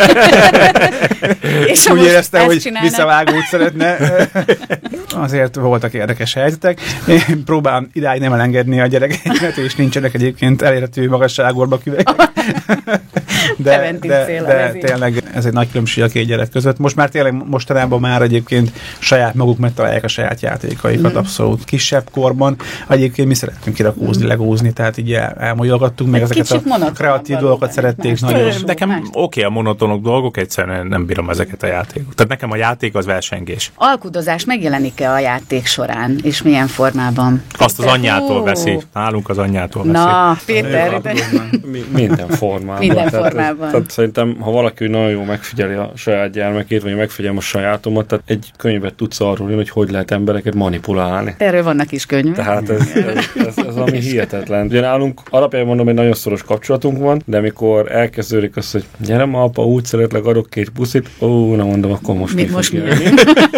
És úgy éreztem, hogy csinálnak. Visszavágót szeretne. Azért voltak érdekes helyzetek. Én próbálom idáig nem elengedni a gyerekeimet, és nincsenek egyébként elérhető magasságúrba küvek. de, de, de tényleg ez egy nagy különbség a két gyerek között. Most már tényleg mostanában már egyébként saját maguk megtalálják a saját játékaikat, mm. abszolút kisebb korban. Egyébként mi szeretünk kirakózni, mm. legózni, tehát így el, elmolyolgattunk, meg egy ezeket a kreatív dolgokat szerették nagyon. Nekem oké okay, a monotonok dolgok, egyszerűen nem bírom ezeket a játékokat. Tehát nekem a játék az versengés. Alkudozás megjelenik-e a játék során, és milyen formában? Azt az anyjától veszi. Nálunk az anyjától veszi. Na, Péter, de... Minden formában. Minden formában. Tehát szerintem, ha valaki nagyon jól megfigyeli a saját gyermekét, vagy megfigyelem a sajátomat, tehát egy könyvet tudsz arról írni, hogy hogy lehet embereket manipulálni. Erről vannak is könyvek. Tehát ez, ez, ez, ez ami hihetetlen. Ugye nálunk alapján mondom, egy nagyon szoros kapcsolatunk van, de amikor elkezdődik az, hogy gyere ma, apa, úgy szeretlek, adok két puszit, ó, na mondom, akkor most mi, mi most fog jönni.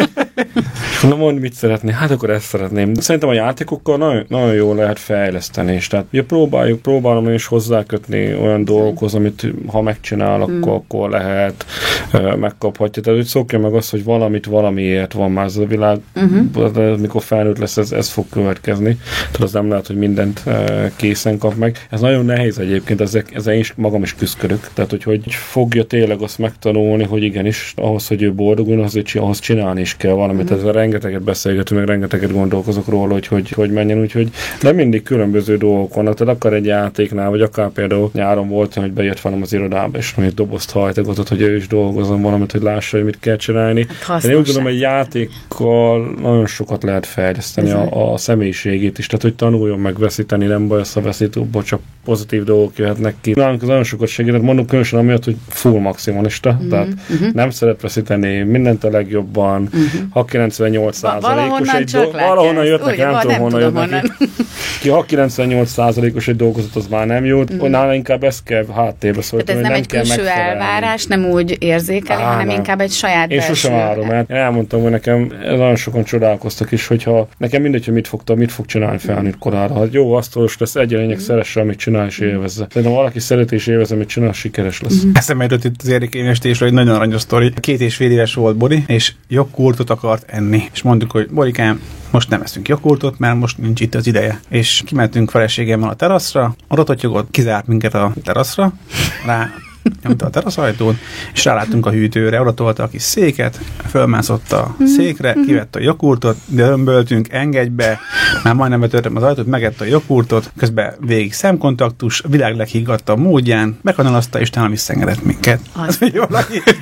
Na mondd, mit szeretné? Hát akkor ezt szeretném. Szerintem a játékokkal nagyon, nagyon jól lehet fejleszteni, és tehát ugye próbáljuk, próbálom én is hozzákötni olyan dolgokhoz, amit ha megcsinál, akkor, hmm. akkor lehet, uh, megkaphatja. Tehát úgy szokja meg azt, hogy valamit valamiért van már ez a világ, uh-huh. de mikor felnőtt lesz, ez, ez fog következni. Tehát az nem lehet, hogy mindent uh, készen kap meg. Ez nagyon nehéz egyébként, ezek, ezzel én is magam is küzdök. Tehát, hogy, hogy fogja tényleg azt megtanulni, hogy igenis, ahhoz, hogy ő boldoguljon, azért ahhoz csinálni is kell valamit. Uh-huh. rengeteget beszélgetünk, meg rengeteget gondolkozok róla, hogy hogy, hogy menjen, úgyhogy de mindig különböző dolgok vannak, tehát akár egy játéknál, vagy akár például nyáron volt, hogy bejött velem az irodába, és mondjuk dobozt hajtogatott, hogy ő is dolgozom valamit, hogy lássa, hogy mit kell csinálni. Hát én úgy gondolom, hogy játékkal nagyon sokat lehet fejleszteni a, a személyiségét is, tehát hogy tanuljon meg veszíteni, nem baj, azt a veszítőből csak pozitív dolgok jöhetnek ki. Nálunk nagyon sokat segített, mondom különösen amiatt, hogy full maximalista, mm-hmm. tehát mm-hmm. nem szeret veszíteni, mindent a legjobban, mm-hmm. ha kilencvennyolc százalékos egy dolog, valahonnan jött neki, nem tudom, honnan jött neki. Ki, ha kilencvennyolc százalékos egy dolgozat, az már nem jó, mm. nála inkább ezt kell háttérbe szólni. Tehát ez nem, nem egy külső elvárás, nem úgy érzékelni, hanem nem. inkább egy saját Én sosem várom, mert én elmondtam, hogy nekem nagyon sokan csodálkoztak is, hogyha nekem mindegy, hogy mit fogta, mit fog csinálni felnőtt korára. Hát jó, asztalos lesz, egy lényeg, mm. szeresse, amit csinál és élvezze. Szerintem valaki szereti és élvezze, amit csinál, sikeres lesz. Mm. Eszembe jutott itt az érdekényestésről egy nagyon aranyos sztori. Két és fél éves volt Bori, és jogkurtot akart enni. És mondjuk, hogy Borikám, most nem eszünk jogurtot, mert most nincs itt az ideje. És kimentünk feleségemmel a teraszra, oda totyogott, kizárt minket a teraszra, rá nyomta a teraszajtón, és ráláttunk a hűtőre, oda tolta a kis széket, fölmászott a székre, kivette a jogurtot, de dömböltünk, engedj be, már majdnem betörtem az ajtót, megette a jogurtot, közben végig szemkontaktus, a világ leghiggadtabb módján, megkanalazta, és talán visszaengedett minket. Az, az jó,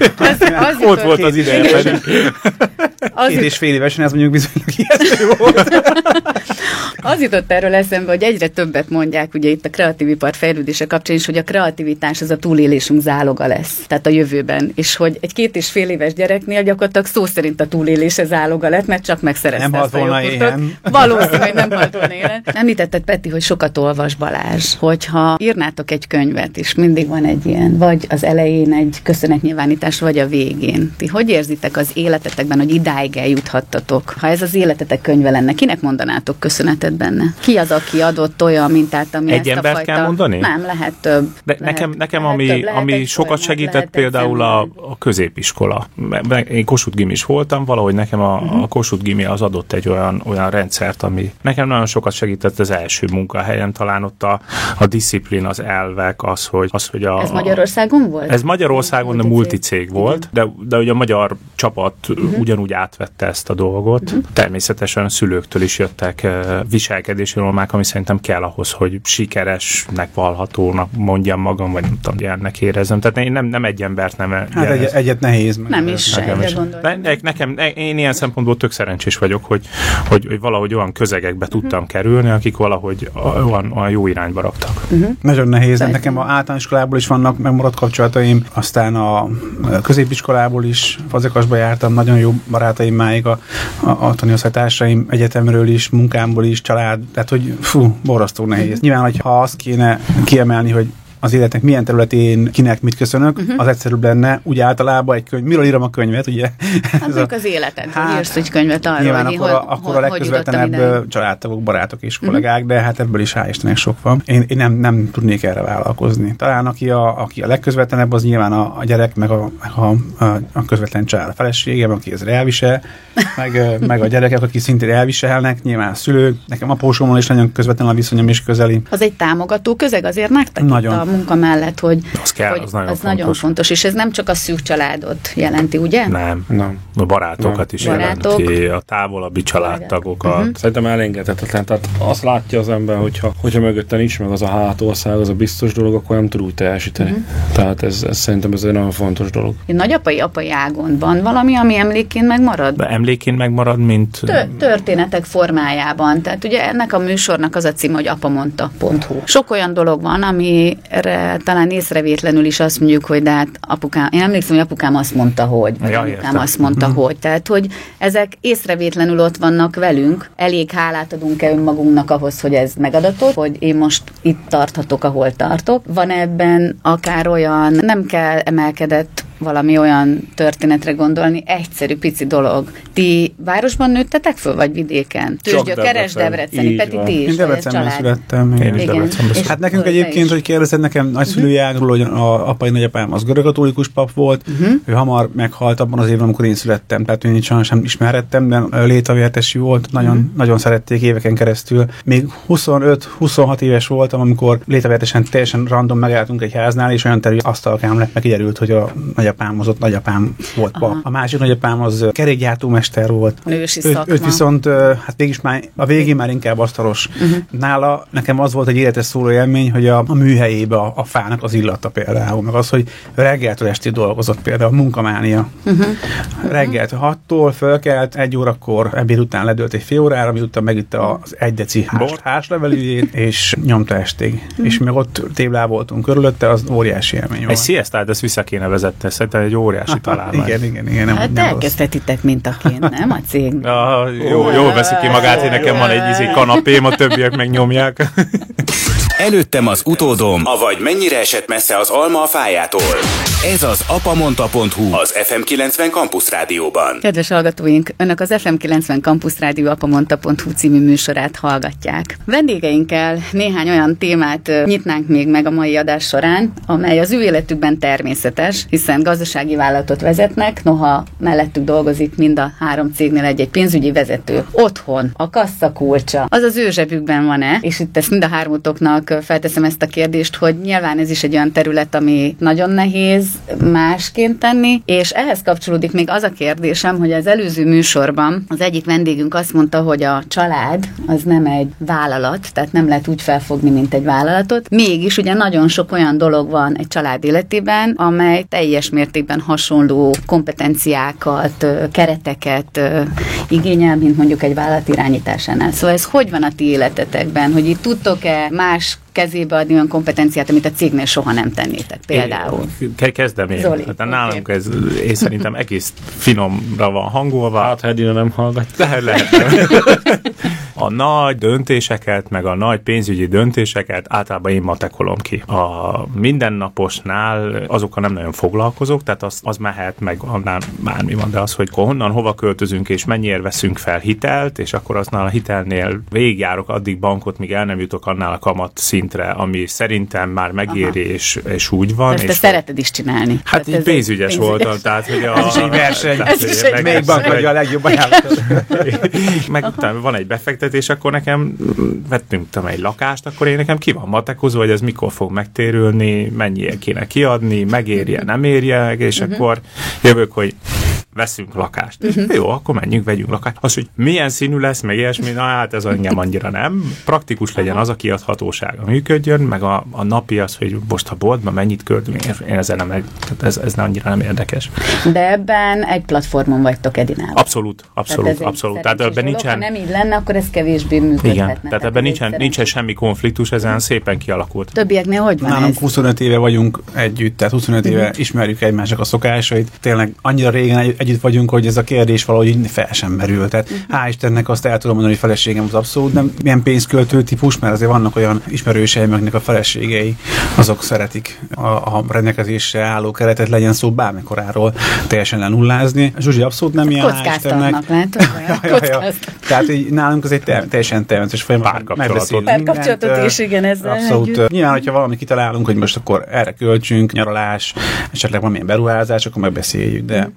ott volt az ideje pedig. Két és fél évesen ez mondjuk bizonylag ijesztő volt. Az jutott erről eszembe, hogy egyre többet mondják ugye itt a kreatív ipar fejlődése kapcsán is, hogy a kreativitás az a túlélésünk záloga lesz, tehát a jövőben. És hogy egy két és fél éves gyereknél gyakorlatilag szó szerint a túlélése záloga lett, mert csak megszerezte nem ezt a jogurtot. Valószínűleg nem halt volna élen. Említetted, Peti, hogy sokat olvas, Balázs. Hogyha írnátok egy könyvet, és mindig van egy ilyen, vagy az elején egy köszönetnyilvánítás, vagy a végén. Ti hogy érzitek az életetekben, hogy idáig eljuthattatok? Ha ez az életetek könyve lenne, kinek mondanátok köszönetet benne? Ki az, aki adott olyan mintát, ami egy ezt a fajta... kell mondani? Nem, lehet több. De lehet, nekem, nekem lehet ami, több, lehet ami sokat segített például a, a középiskola. Én Kossuth gimis voltam, valahogy nekem a, uh-huh. a Kossuth gimi az adott egy olyan, olyan rendszert, ami nekem nagyon sokat segített az első munkahelyen, talán ott a, a disziplín, az elvek, az, hogy, az, hogy a... Ez Magyarországon volt? Ez Magyarországon, de multicég volt, de, de ugye a magyar csapat uh-huh. ugyanúgy átvette ezt a dolgot. Uh-huh. Természetesen a szülőktől is jöttek uh, viselkedési normák, ami szerintem kell ahhoz, hogy sikeresnek, valhatónak mondjam magam, vagy nem tudom, ilyennek érezzem. Tehát én nem, nem egy embert nem... Hát egy, egyet nehéz. Meg nem is, egyre gondolom. Nekem, én ilyen szempontból tök szerencsés vagyok, hogy, hogy, hogy valahogy olyan közegekbe uh-huh. tudtam kerülni, akik valahogy olyan, olyan jó irányba raktak. Uh-huh. Nagyon nehéz. Nekem a általános iskolából is vannak megmaradt kapcsolataim, aztán a középiskolából is Fazekasba jártam, nagyon jó barátaim máig, a, a, a tanulóosztálytársaim egyetemről is, munkámból is, család, tehát hogy fú, borzasztó nehéz. Nyilván, hogyha azt kéne kiemelni, hogy az életnek milyen területén kinek mit köszönök, uh-huh. az egyszerűbb lenne, úgy általában egy könyv. Miről írom a könyvet, ugye? Hát a, az életed, hát, írsz egy könyvet arról, nyilván hogy akkor, hogy, akkor a legközvetlenebb családtagok, barátok és kollégák, uh-huh. de hát ebből is hál' Istennek sok van. Én, én nem, nem tudnék erre vállalkozni. Talán aki a, aki a legközvetlenebb, az nyilván a, a gyerek, meg a, a, a, a közvetlen család, a feleségem, aki ezzel elvisel, meg, meg a gyerekek, akik szintén elviselnek, nyilván a szülők. Nekem apósommal is nagyon közvetlen a viszonyom és közeli. Az egy támogató közeg azért nektek? Nagyon. munka mellett, hogy az, kell, hogy az, nagyon, az fontos. nagyon fontos, és ez nem csak a szűk családot jelenti, ugye? Nem, Nem. a barátokat Nem. is Barátok. jelenti, a távolabbi családtagokat. Uh-huh. Szerintem elengedhetetlen. Tehát azt látja az ember, hogyha, hogyha mögötte nincs meg az a hátország, az a biztos dolog, akkor nem tud úgy teljesíteni. Uh-huh. Tehát ez, ez szerintem ez egy nagyon fontos dolog. Egy nagyapai, apai ágon van valami, ami emlékként megmarad? De emlékén megmarad, mint... Tö- történetek formájában. Tehát ugye ennek a műsornak az a címe, hogy apamondta pont hu. Sok olyan dolog van, amire talán észrevétlenül is azt mondjuk, hogy de hát apukám, én emlékszem, hogy apukám azt mondta, hogy, vagy Ja, apukám értem. azt mondta, Mhm. hogy. Tehát, hogy ezek észrevétlenül ott vannak velünk, elég hálát adunk-e önmagunknak ahhoz, hogy ez megadatott, hogy én most itt tarthatok, ahol tartok. Van ebben akár olyan, nem kell emelkedett valami olyan történetre gondolni, egyszerű pici dolog. Ti városban nőttetek föl, vagy vidéken? Tőzsgyökeres, Debrecen. Debreceni, Így Peti, van. ti is? Én Debrecenben család? születtem. Én igen. is Igen. Debrecenben És Hát nekünk hol te egyébként, is? hogy kérdezed nekem nagyszülői ágról, hogy a apai nagyapám az görögkatolikus pap volt, uh-huh. ő hamar meghalt abban az évben, amikor én születtem, tehát én nincs sem ismerhettem, de létavértesű volt, nagyon, uh-huh. nagyon szerették éveken keresztül. Még huszonöt-huszonhat éves voltam, amikor létavértesen teljesen random megálltunk egy háznál, és olyan terű asztalkám lett, meg kiderült, hogy a nagyapám az ott nagyapám volt pap. A másik nagyapám az kerékgyártómester volt. Nősi Ő, szakma. őt viszont, hát végig már, a végén már inkább asztalos. Uh-huh. Nála nekem az volt egy életes szóló élmény, hogy a, a műhelyébe a, a fának az illata például, meg az, hogy reggeltől estig dolgozott például, a munkamánia. Uh-huh. Reggeltől hattól fölkelt, egy órakor ebéd után ledőlt egy fél órára, miután megitte az egy deci hás, háslevelűjét, és nyomta estig. Uh-huh. És meg ott téblával körülötte, az óriási élmény Egy volt. sziasztát, ezt vissza kéne vezetni, szerintem egy óriási találmány. Igen, igen, igen. Nem, Hát nem elkezdhetitek mintaként, nem a cég? Ah, jó, jól veszi ki magát, hogy nekem van egy izé kanapém, a többiek megnyomják. Előttem az utódom, avagy mennyire esett messze az alma a fájától. Ez az apamondta pont hu az ef em kilencven Campus Rádióban. Kedves hallgatóink, Önök az ef em kilencven Campus Rádió apamondta pont hu című műsorát hallgatják. Vendégeinkkel néhány olyan témát ö, nyitnánk még meg a mai adás során, amely az ő életükben természetes, hiszen gazdasági vállalatot vezetnek, noha mellettük dolgozik mind a három cégnél egy-egy pénzügyi vezető. Otthon a kasszakulcsa, az az ő zsebükben van-e? És itt ezt mind a hármótoknak felteszem ezt a kérdést, hogy nyilván ez is egy olyan terület, ami nagyon nehéz másként tenni, és ehhez kapcsolódik még az a kérdésem, hogy az előző műsorban az egyik vendégünk azt mondta, hogy a család az nem egy vállalat, tehát nem lehet úgy felfogni, mint egy vállalatot. Mégis ugye nagyon sok olyan dolog van egy család életében, amely teljes mértékben hasonló kompetenciákat, kereteket igényel, mint mondjuk egy vállalat irányításánál. Szóval ez hogy van a ti életetekben, hogy itt tudtok-e más kezébe adni olyan kompetenciát, amit a cégnél soha nem tennétek például? Ke- Kezdem én. Zoli, Tehát oké. nálunk ez, én szerintem egész finomra van hangolva. Hát, ha Edina nem hallgat. De lehet. A nagy döntéseket, meg a nagy pénzügyi döntéseket általában én matekolom ki. A mindennaposnál azokkal nem nagyon foglalkozok, tehát az, az mehet, meg annál bármi van, de az, hogy honnan, hova költözünk, és mennyiért veszünk fel hitelt, és akkor aznál a hitelnél végigjárok addig bankot, míg el nem jutok annál a kamat szintre, ami szerintem már megéri, és, és úgy van. Ezt te és szereted is csinálni. Hát így ez egy pénzügyes pénzügyes. voltam, tehát hogy a... Ez is egy verseny. tehát, Ez hogy is egy meg- Melyik bank meg- adja a legjobb ajánlatot? meg utána van egy befektetés, akkor nekem vettünk tudom, egy lakást, akkor én nekem ki van matekozó, hogy ez mikor fog megtérülni, mennyire kéne kiadni, megérje, nem érje, és uh-huh. akkor jövök, hogy veszünk lakást. Uh-huh. Jó, akkor menjünk, vegyünk lakást. Az, hogy milyen színű lesz, meg ilyesmi, na hát ez engem annyira nem. Praktikus legyen az, a kiadhatósága működjön, meg a, a napi az, hogy most a boltban mennyit költünk, én ezzel nem, tehát ez, ez annyira nem érdekes. De ebben egy platformon vagytok Edinával. Abszolút, abszolút, Tehát ez egy abszolút. Tehát ebben szerencsés dolog. nincsen... Ha nem így lenne, akkor ez kevésbé működhetne. Igen, tehát ebben ez nincsen, egy nincsen semmi konfliktus, ezen szépen kialakult. Többieknél hogy van Nálunk ez? huszonöt éve vagyunk együtt, tehát huszonöt éve uh-huh. ismerjük egymásnak a szokásait. Tényleg annyira régen egy- együtt vagyunk, hogy ez a kérdés valahogy így fel sem merül. Tehát uh-huh. hál' Istennek azt el tudom mondani, hogy feleségem az abszolút nem ilyen pénzköltő típus, mert azért vannak olyan ismerőseim, akiknek a feleségei, azok szeretik a, a rendelkezésre álló keretet, legyen szó bármikoráról teljesen lenullázni. Zsuzsi abszolút nem ilyen, hál' Istennek. Kockáztatnak, látod? Ja, ja, ja. Kockáztatnak. Tehát így nálunk az egy te- teljesen természetes folyamat. Párkapcsolatot. Megbeszélünk Párkapcsolatot mindent, is, igen, ezzel abszolút. együtt. Nyilván, hogyha valamit kitalálunk, hogy most akkor erre költsünk, nyaralás, esetleg valamilyen beruházás, akkor megbeszéljük. De, de ez nem, nem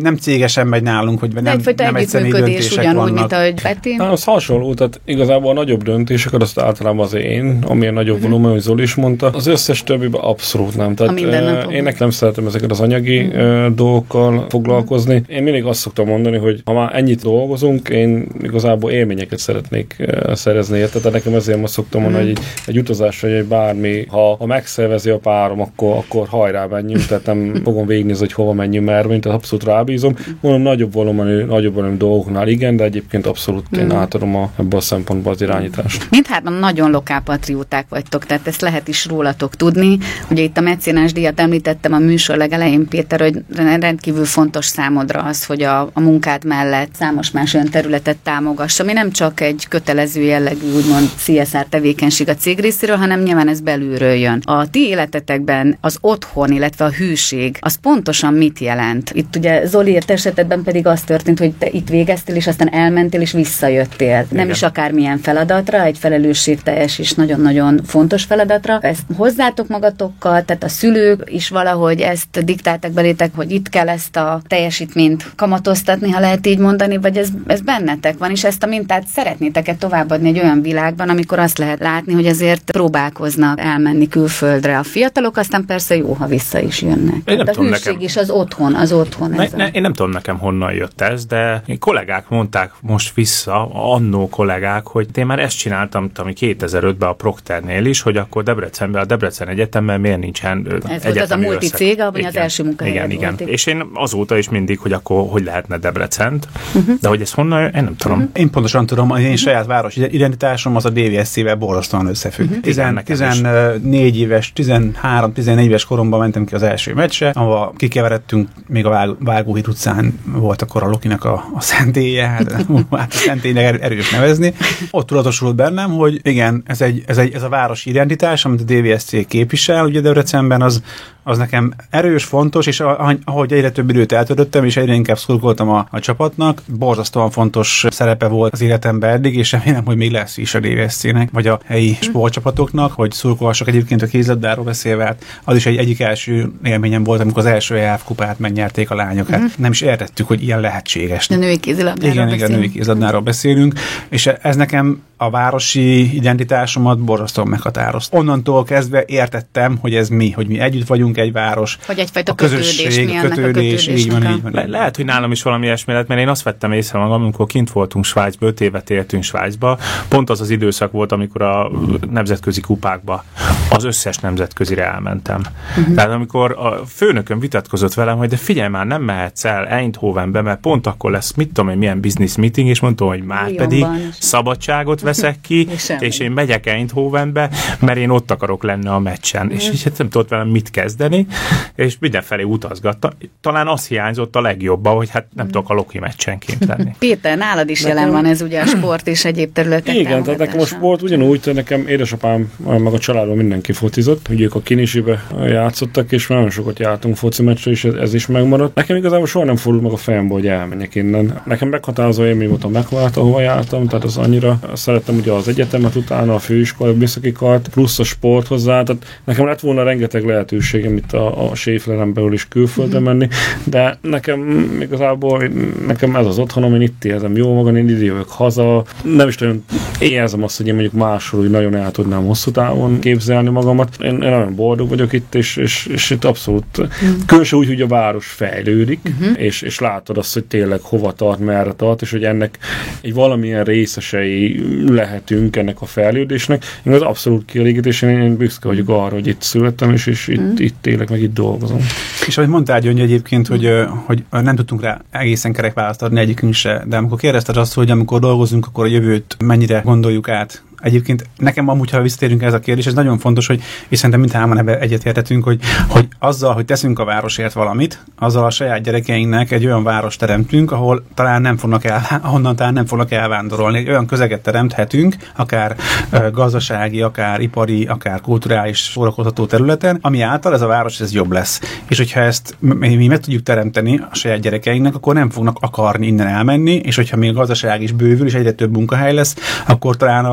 nem cégesen megy nálunk, hogy nem, nem egyszerű döntések ugyanúgy, vannak. mint ahogy Peti. Na, az hasonló, tehát igazából a nagyobb döntéseket azt általában az én, amilyen nagyobb uh-huh. volumen, hogy Zoli is mondta, az összes többiben abszolút nem. Tehát uh, én nekem szeretem ezeket az anyagi uh-huh. uh, dolgokkal foglalkozni. Uh-huh. Én mindig azt szoktam mondani, hogy ha már ennyit dolgozunk, én igazából élményeket szeretnék uh, szerezni érte. Tehát nekem ezért azt szoktam mondani, uh-huh. hogy egy, egy utazás, vagy egy bármi, ha, ha megszervezi a párom, akkor, akkor hajrá menjünk, tehát nem fogom végignézni, hogy hova menjünk, mert mint abszolút rábízom. Mondom, nagyobb volumenű, nagyobb volumenű dolgoknál igen, de egyébként abszolút én uh-huh. átadom a, ebből a szempontból az irányítást. Mindhárman nagyon lokálpatrióták vagytok, tehát ezt lehet is rólatok tudni. Ugye itt a mecénás díjat említettem a műsor legelején, Péter, hogy rendkívül fontos számodra az, hogy a, a munkád mellett számos más olyan területet támogass, ami nem csak egy kötelező jellegű, úgymond cé es er tevékenység a cég részéről, hanem nyilván ez belülről jön. A ti életetekben az otthon, illetve a hűség, az pontosan mit jelent? Itt ugye Zoli esetedben pedig az történt, hogy te itt végeztél, és aztán elmentél, és visszajöttél. Igen. Nem is akármilyen feladatra, egy felelősségteljes és nagyon-nagyon fontos feladatra. Ezt hozzátok magatokkal, tehát a szülők is valahogy ezt diktáltak belétek, hogy itt kell ezt a teljesítményt kamatoztatni, ha lehet így mondani, vagy ez, ez bennetek van, és ezt a mintát szeretnétek-e továbbadni egy olyan világban, amikor azt lehet látni, hogy azért próbálkoznak elmenni külföldre a fiatalok, aztán persze jó, ha vissza is jönnek. Én nem a tudom, hűség nekem... is az otthon, az otthon. Ne, ez ne, a... Én nem tudom nekem honnan jött ez, de kollégák mondták most vissza, annó kollégák, hogy én már ezt csináltam, ami kétezer-ötben a Procternél is, hogy akkor Debrecenben, a Debrecen Egyetemben miért nincsen ez volt az a multicég, abban az első munkahelyed igen, volt. Igen, és én azóta is mindig, hogy akkor hogy lehetne Debrecent, uh-huh. de hogy ez honnan jön, én nem tudom. Uh-huh. Én pontosan tudom, az én saját város identitásom az a dé vé es cé-vel borzasztóan összefügg. Uh-huh. Tizen, tizennégy éves, tizenhárom-tizennégy éves koromban mentem ki az első meccsre, ahol kikeveredtünk, még a Vágóhíd utcán volt akkor a Lokinak a, a szentélye, hát, hát a szentélynek erős nevezni. Ott tudatosult bennem, hogy igen, ez, egy, ez, egy, ez a városi identitás, amit a dé vé es cé képvisel, ugye Debrecenben, az, az nekem erős, fontos, és ahogy egyre több időt eltöltöttem, és egyre inkább szurkoltam a, a csapatnak, borzasztóan fontos szerepe volt az életemben eddig, és remélem, hogy még lesz is a dé vé es cé-nek, vagy a helyi sportcsapatoknak, hogy szurkolhassak. Egyébként a kézilabdáról beszélve, az is egy egyik első élményem volt, amikor az első é á ef kupát megnyerték a lányok. Hát nem is értettük, hogy ilyen lehetséges. A női kézilabdáról igen, beszélünk. Igen, női kézilabdáról beszélünk, és ez nekem a városi identitásomat borzasztóan meghatározta. Onnantól kezdve értettem, hogy ez mi, hogy mi együtt vagyunk egy város. Hogy egyfajta a közösség, kötődés, kötődés, így van, így van. Le- lehet, hogy nálam is valami ilyesmi lett, mert én azt vettem észre magam, amikor kint voltunk Svájcba, öt évet éltünk Svájcba, pont az az időszak volt, amikor a nemzetközi kupákba az összes nemzetközire elmentem. Uh-huh. Tehát amikor a főnököm vitatkozott velem, hogy de figyelj már, nem mehetsz el Eindhovenbe, mert pont akkor lesz, mit tudom én, milyen business meeting, és mondtam, hogy már pedig szabadságot veszek ki, és én megyek Eindhovenbe, mert én ott akarok lenni a meccsen. Uh-huh. És így hát nem tudott velem mit kezdeni, és mindenfelé utazgatta. Talán az hiányzott a legjobban, hogy hát nem tudok a Loki meccsen kint lenni. Péter, nálad is nekem... jelen van ez ugye a sport és egyéb területek. Igen, tehát nekem a sport ugyanúgy, tehát nekem édesapám, meg a családban mindenki focizott, hogy ők a Kinisibe játszottak, és nagyon sokat jártunk foci meccsre, és ez, ez is megmaradt. Nekem igazából soha nem fordult meg a fejembe, hogy elmenjek innen. Nekem meghatározó élmény volt a megvált, ahova jártam, tehát az annyira szerettem ugye az egyetemet utána, a főiskola, a műszaki kart, plusz a sport hozzá, tehát nekem lett volna rengeteg lehetőségem itt a, a Schaeffleren belül is külföldre menni, de nekem igazából nekem ez az otthonom, én itt érzem jó magam, én ide jövök haza, nem is nagyon érzem azt, hogy én mondjuk máshol hogy nagyon el tudnám hosszú távon képzelni magamat. Én, én nagyon boldog vagyok itt, és, és, és itt abszolút mm. különösen úgy, hogy a város fejlődik, uh-huh. és, és látod azt, hogy tényleg hova tart, merre tart, és hogy ennek egy valamilyen részesei lehetünk ennek a fejlődésnek. Én az abszolút kielégítés, én, én büszke vagyok arra, hogy itt születtem, és, és itt, mm. itt élek, meg itt dolgozom. És ahogy mondtál, Gyöngy, egyébként, hogy, hogy nem tudtunk rá egészen kerek választ adni egyikünk se, de amikor kérdezted azt, hogy amikor dolgozunk, akkor a jövőt mennyire gondoljuk át. Egyébként nekem amúgy, ha visszatérünk ez a kérdés, ez nagyon fontos, hogy és szerintem mindhárman ebben egyetértetünk, hogy, hogy azzal, hogy teszünk a városért valamit, azzal a saját gyerekeinknek egy olyan város teremtünk, ahol talán nem fognak el, ahonnan talán nem fognak elvándorolni. Egy olyan közeget teremthetünk, akár uh, gazdasági, akár ipari, akár kulturális szórakoztató területen, ami által ez a város ez jobb lesz. És hogyha ezt mi, mi meg tudjuk teremteni a saját gyerekeinknek, akkor nem fognak akarni innen elmenni, és hogyha még a gazdaság is bővül, és egyre több munkahely lesz, akkor talán a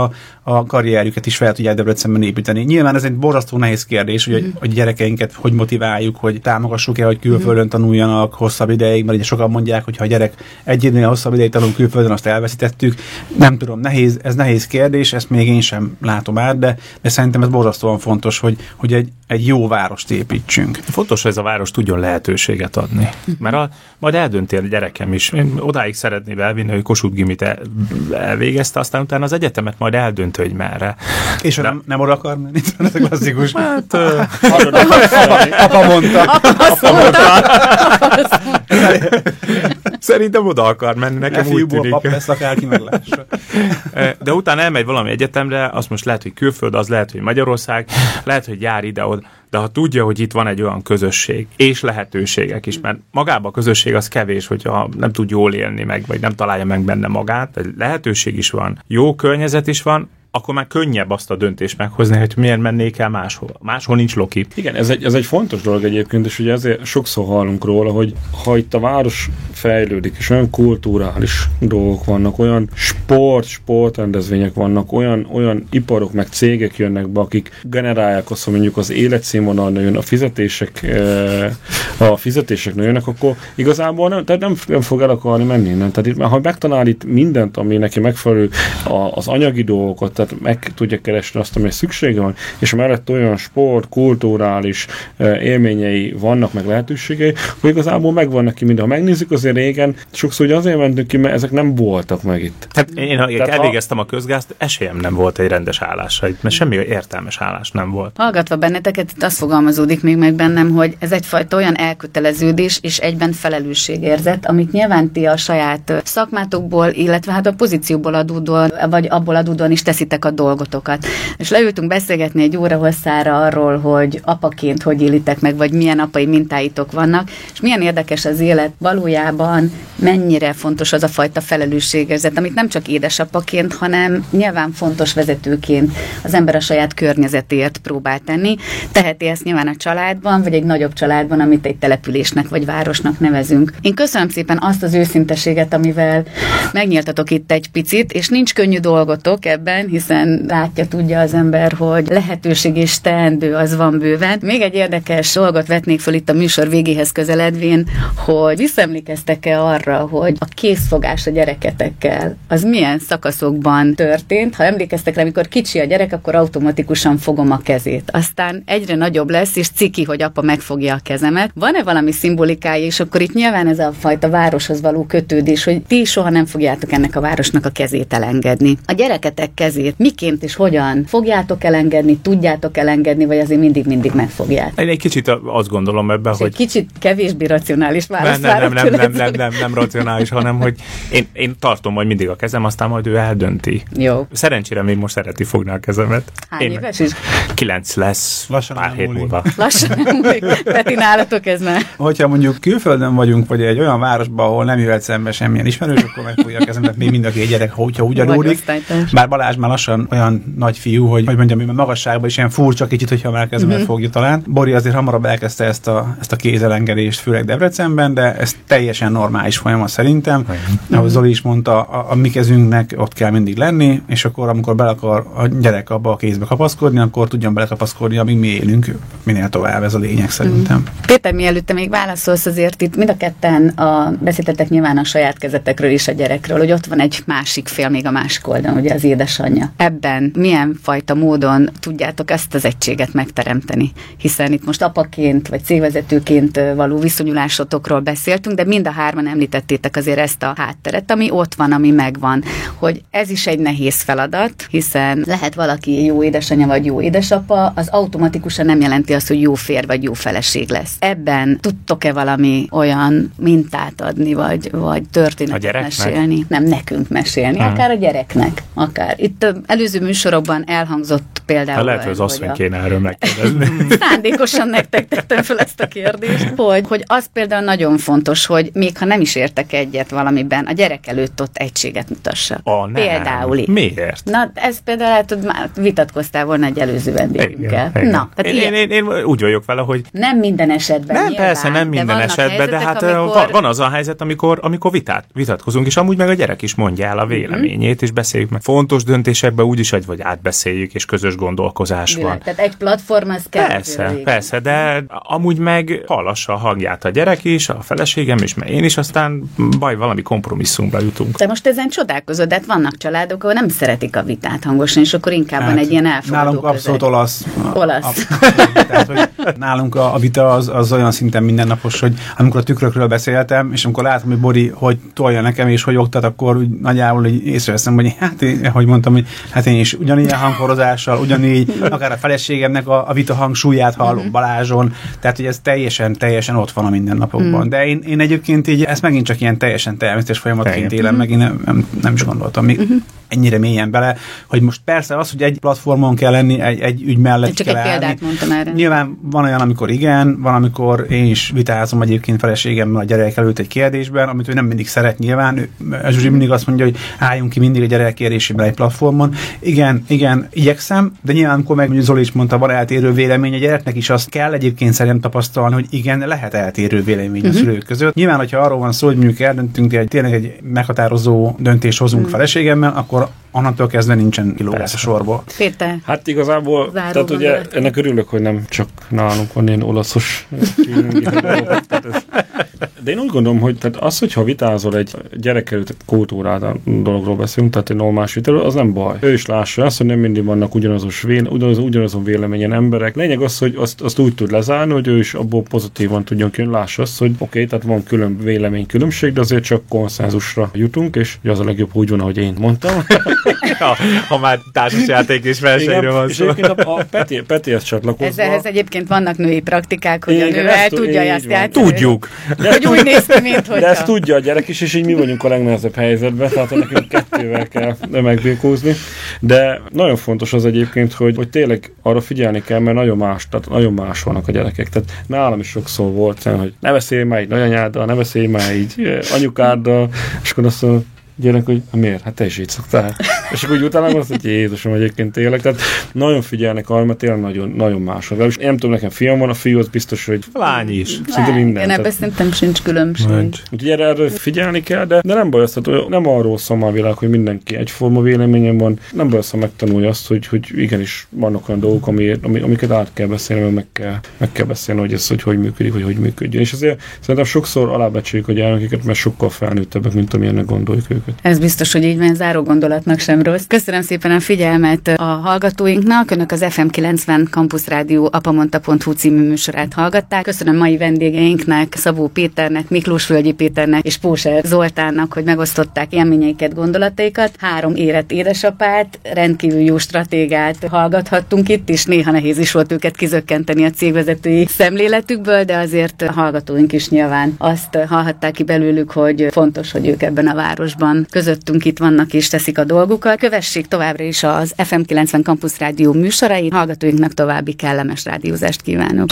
a karrierjüket is fel tudják Debrecenben építeni. Nyilván ez egy borzasztó nehéz kérdés, hogy mm. a gyerekeinket hogy motiváljuk, hogy támogassuk-e, hogy külföldön tanuljanak hosszabb ideig, mert ugye sokan mondják, hogy ha a gyerek egy évnél hosszabb ideig tanul külföldön, azt elveszítettük. Nem tudom, nehéz, ez nehéz kérdés, ezt még én sem látom át, de, de szerintem ez borzasztóan fontos, hogy, hogy egy, egy jó várost építsünk. Fontos, hogy ez a város tudjon lehetőséget adni. Mert a, majd eldönti a gyerekem is. Én odáig szeretném elvinni, hogy Kossuth Gimit el, elvégezte, aztán utána az egyetemet majd eldöntő, hogy merre. És de... nem, nem oda akar menni? Ez a klasszikus. Hát, uh, apa mondta. Apa mondta. Szerintem oda akar menni, nekem úgy tűnik. Pap lesz, akárki meglássa. De utána elmegy valami egyetemre, azt most lehet, hogy külföld, az lehet, hogy Magyarország, lehet, hogy jár ide-oda, de ha tudja, hogy itt van egy olyan közösség, és lehetőségek is, mert magában a közösség az kevés, hogyha nem tud jól élni meg, vagy nem találja meg benne magát, de lehetőség is van, jó környezet is van, akkor már könnyebb azt a döntést meghozni, hogy miért mennék el máshol. Máshol nincs Loki. Igen, ez egy, ez egy fontos dolog egyébként, és ugye ezért sokszor hallunk róla, hogy ha itt a város fejlődik, és olyan kulturális dolgok vannak, olyan sport, sportrendezvények vannak, olyan, olyan iparok, meg cégek jönnek be, akik generálják azt, hogy mondjuk az életszínvonal nőjön, a fizetések a fizetések nőjönnek, akkor igazából nem, tehát nem, nem fog el akarni menni innen. Tehát itt, ha megtalál itt mindent, ami neki megfelelő, az anyagi dolgokat, tehát meg tudja keresni azt, amire szüksége van, és mellett olyan sport, kulturális uh, élményei vannak, meg lehetőségei, hogy igazából megvan neki minden. Ha megnézzük, azért régen sokszor ugye azért mentünk ki, mert ezek nem voltak meg itt. Hát én, ha elvégeztem a közgázt, esélyem nem volt egy rendes állásra, mert semmi értelmes állás nem volt. Hallgatva benneteket, itt azt fogalmazódik még meg bennem, hogy ez egyfajta olyan elköteleződés és egyben felelősségérzet, amit nyilván ti a saját szakmátokból, illetve hát a pozícióból adódóan, vagy abból adódóan is teszitek a dolgotokat. És leültünk beszélgetni egy óra hosszára arról, hogy apaként hogy élitek meg, vagy milyen apai mintáitok vannak, és milyen érdekes az élet valójában, mennyire fontos az a fajta felelősségérzet, amit nem csak édesapaként, hanem nyilván fontos vezetőként az ember a saját környezetért próbál tenni. Teheti ezt nyilván a családban, vagy egy nagyobb családban, amit egy településnek vagy városnak nevezünk. Én köszönöm szépen azt az őszinteséget, amivel megnyíltatok itt egy picit, és nincs könnyű dolgotok ebben, hiszen látja, tudja az ember, hogy lehetőség és teendő az van bőven. Még egy érdekes dolgot vetnék föl itt a műsor végéhez közeledvén, hogy visszaemlékeztek-e arra, hogy a készfogás a gyereketekkel az milyen szakaszokban történt. Ha emlékeztek rá, amikor kicsi a gyerek, akkor automatikusan fogom a kezét. Aztán egyre nagyobb lesz, és ciki, hogy apa megfogja a kezemet. Van-e valami szimbolikája, és akkor itt nyilván ez a fajta városhoz való kötődés, hogy ti soha nem fogjátok ennek a városnak a kezét elengedni. A gyereketek kezét miként és hogyan fogjátok elengedni, tudjátok elengedni, vagy azért mindig-mindig megfogjátok? Én egy kicsit azt gondolom ebben, és hogy... egy kicsit kevésbé racionális választ nem, nem, nem, nem, nem, nem, nem racionális, hanem hogy én, én tartom majd mindig a kezem, aztán majd ő eldönti. Jó. Szerencsére még most szereti fogni a kezemet. Hány én éves is? Kilenc lesz Lassan pár hét múlva. Lassan nem múlik. Peti, nálatok ez már. Hogyha mondjuk külföldön vagyunk, vagy egy olyan városban, ahol nem jöhet szembe semmilyen ismerős, akkor megfogja a kezemet még mind a két gyerek, hogyha úgy adódik. Bár Balázs már lassan olyan nagy fiú, hogy, hogy mondjam, hogy magasságban is ilyen furcsa kicsit, hogyha már kezemet mm-hmm. fogja talán. Bori azért hamarabb elkezdte ezt a, ezt a kézelengedést, főleg Debrecenben, de ez teljesen normális folyamat szerintem. Mm-hmm. Ahogy Zoli is mondta, a, a mi kezünknek ott kell mindig lenni, és akkor amikor bele akar a gyerek abba a kézbe kapaszkodni, akkor tudjon belekapaszkodni, amíg mi élünk minél tovább, ez a lényeg szerintem. Mm. Péter, mielőtt te még válaszolsz, azért itt mind a ketten a, beszéltetek nyilván a saját kezetekről és a gyerekről, hogy ott van egy másik fél még a másik oldalon, ugye az édesanyja. Ebben milyen fajta módon tudjátok ezt az egységet megteremteni? Hiszen itt most apaként vagy cégvezetőként való viszonyulásotokról beszéltünk, de mind a hárman említettétek azért ezt a hátteret, ami ott van, ami megvan, hogy ez is egy nehéz feladat, hiszen lehet valaki jó édesanyja vagy jó édesapa, az automatikusan nem jelenti azt, hogy jó férj vagy jó feleség lesz. Ebben tudtok-e valami olyan mintát adni, vagy, vagy történetet mesélni? Nem, nekünk mesélni, hmm. akár a gyereknek, akár. Itt előző műsorokban elhangzott például... Ha lehet, hogy az asszony kéne erről megkérdezni. Szándékosan nektek tettem fel ezt a kérdést, hogy, hogy az például nagyon fontos, hogy még ha nem is értek egyet valamiben, a gyerek előtt ott egységet mutassak. A, például itt. Miért? Na, ez például lehet, hogy már vitatkoztál volna egy előző vendégünkkel. Na, én, én, én, én úgy vagyok vele, hogy... Nem minden esetben. Nem, nyilván, persze, nem minden esetben, de hát amikor... van az a helyzet, amikor, amikor vitát, vitatkozunk, és amúgy meg a gyerek is mondja el a véleményét, mm-hmm. és beszéljük meg. Fontos döntések kérdésekben úgyis egy vagy átbeszéljük, és közös gondolkozás Világ. van. Tehát egy platform, az kell. Persze, persze, de amúgy meg hallassa a hangját a gyerek is, a feleségem is, mert én is, aztán baj, valami kompromisszumra jutunk. De most ezen csodálkozod, de hát vannak családok, ahol nem szeretik a vitát hangosan, és akkor inkább hát, van egy ilyen elfogadó nálunk közeg. Abszolút olasz. Olasz. A, a, tehát, hogy nálunk a, a vita az, az olyan szinten mindennapos, hogy amikor a tükrökről beszéltem, és amikor látom, hogy Bori, hogy tolja nekem, és hogy oktat, akkor úgy nagyjából így észreveszem, hogy hát én, hogy mondtam, hogy hát én is ugyanilyen hangforozással, ugyanígy, akár a feleségemnek a, a vita hangsúlyát hallom uh-huh. Balázson, tehát hogy ez teljesen, teljesen ott van a mindennapokban. Uh-huh. De én, én egyébként így ezt megint csak ilyen teljesen természetes folyamatként élem, uh-huh. meg én nem, nem, nem is gondoltam még uh-huh. ennyire mélyen bele, hogy most persze az, hogy egy platformon kell lenni, egy, egy ügy mellett csak kell egy állni. példát mondtam erre. Nyilván van olyan, amikor igen, van, amikor én is vitázom egyébként feleségemmel a gyerek előtt egy kérdésben, amit ő nem mindig szeret nyilván. Zsuzsi mindig azt mondja, hogy álljunk ki mindig a gyerek kérdésében egy platformon. Igen, igen, igyekszem, de nyilván, amikor meg Zoli is mondta, van eltérő vélemény, a gyereknek is azt kell egyébként szerintem tapasztalni, hogy igen, lehet eltérő vélemény uh-huh. a szülők között. Nyilván, hogyha arról van szó, hogy mondjuk eldöntünk egy tényleg egy meghatározó döntést hozunk uh-huh. feleségemmel, akkor onnantól kezdve nincsen kilógás a sorból. Péter. Hát igazából, Záró tehát ugye gondolat. Ennek örülök, hogy nem csak nálunk van ilyen olaszos de én úgy gondolom, hogy tehát az, hogyha vitázol egy gyerek előtt kultúrát dologról beszélünk, tehát egy normális vitáról, az nem baj. Ő is lássa azt, hogy nem mindig vannak ugyanazos véle, ugyanaz, ugyanazon véleményen emberek. Lényeg az, hogy azt, azt úgy tud lezárni, hogy ő is abból pozitívan tudjon kijönni. Lássa azt, hogy oké, okay, tehát van külön véleménykülönbség, de azért csak konszenzusra jutunk, és az a legjobb úgy van, ahogy én mondtam. ha, ha már társasjáték és versenyről van szó. És egyébként a, a Peti, Petihez csatlakozva... Ezzel egyébként vannak női praktikák, hogy igen, a nő el tudja azt játszani. Tudjuk. De hogy úgy néz ki, mint hogyha. De ezt tudja a gyerek is, és így mi vagyunk a legnehezebb helyzetben, tehát nekünk kettővel kell megbirkózni. De nagyon fontos az egyébként, hogy, hogy tényleg arra figyelni kell, mert nagyon más, tehát nagyon más vannak a gyerekek. Tehát nálam is sokszor volt, hogy ne beszélj már így nagyanyáddal, ne beszélj már így anyukáddal, és akkor azt mondom, gyerek, hogy miért? Hát te is így szoktál. És akkor úgy utána azt, hogy Jézusom, egyébként tényleg. Tehát nagyon figyelnek arra, mert tényleg nagyon, nagyon más. És én nem tudom, nekem fiam van, a fiú az biztos, hogy lány is. Szinte minden. Én ebben szerintem sincs különbség. Úgyhogy erre, erre figyelni kell, de, de nem baj azt, hogy nem arról szól a világ, hogy mindenki egyforma véleményen van. Nem baj azt, hogy megtanulja azt, hogy, hogy igenis vannak olyan dolgok, ami, amiket át kell beszélni, meg kell, meg kell beszélni, hogy ez hogy, hogy működik, hogy hogy működjön. És azért szerintem sokszor alábecsüljük a gyermekeket, mert sokkal felnőttebbek, mint amilyennek gondoljuk őket. Ez biztos, hogy így van, záró gondolatnak sem rossz. Köszönöm szépen a figyelmet a hallgatóinknak. Önök az ef em kilencven Campus Rádió apamonta pont hu című műsorát hallgatták. Köszönöm mai vendégeinknek, Szabó Péternek, Miklós-Völgyi Péternek és Póser Zoltánnak, hogy megosztották élményeiket, gondolataikat. Három érett édesapát, rendkívül jó stratégát hallgathattunk itt, és néha nehéz is volt őket kizökkenteni a cégvezetői szemléletükből, de azért a hallgatóink is nyilván azt hallhatták ki belőlük, hogy fontos, hogy ők ebben a városban közöttünk itt vannak és teszik a dolgukat. Kövessék továbbra is az ef em kilencven Campus Rádió műsorait. Hallgatóinknak további kellemes rádiózást kívánok.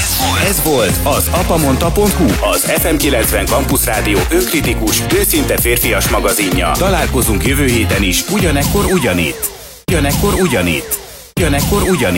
Ez volt az apamonta pont hu, az ef em kilencven Campus Rádió önkritikus, őszinte férfias magazinja. Találkozunk jövő héten is, ugyanekkor ugyanitt. Ugyanekkor ugyanitt. Ugyanekkor ugyanitt.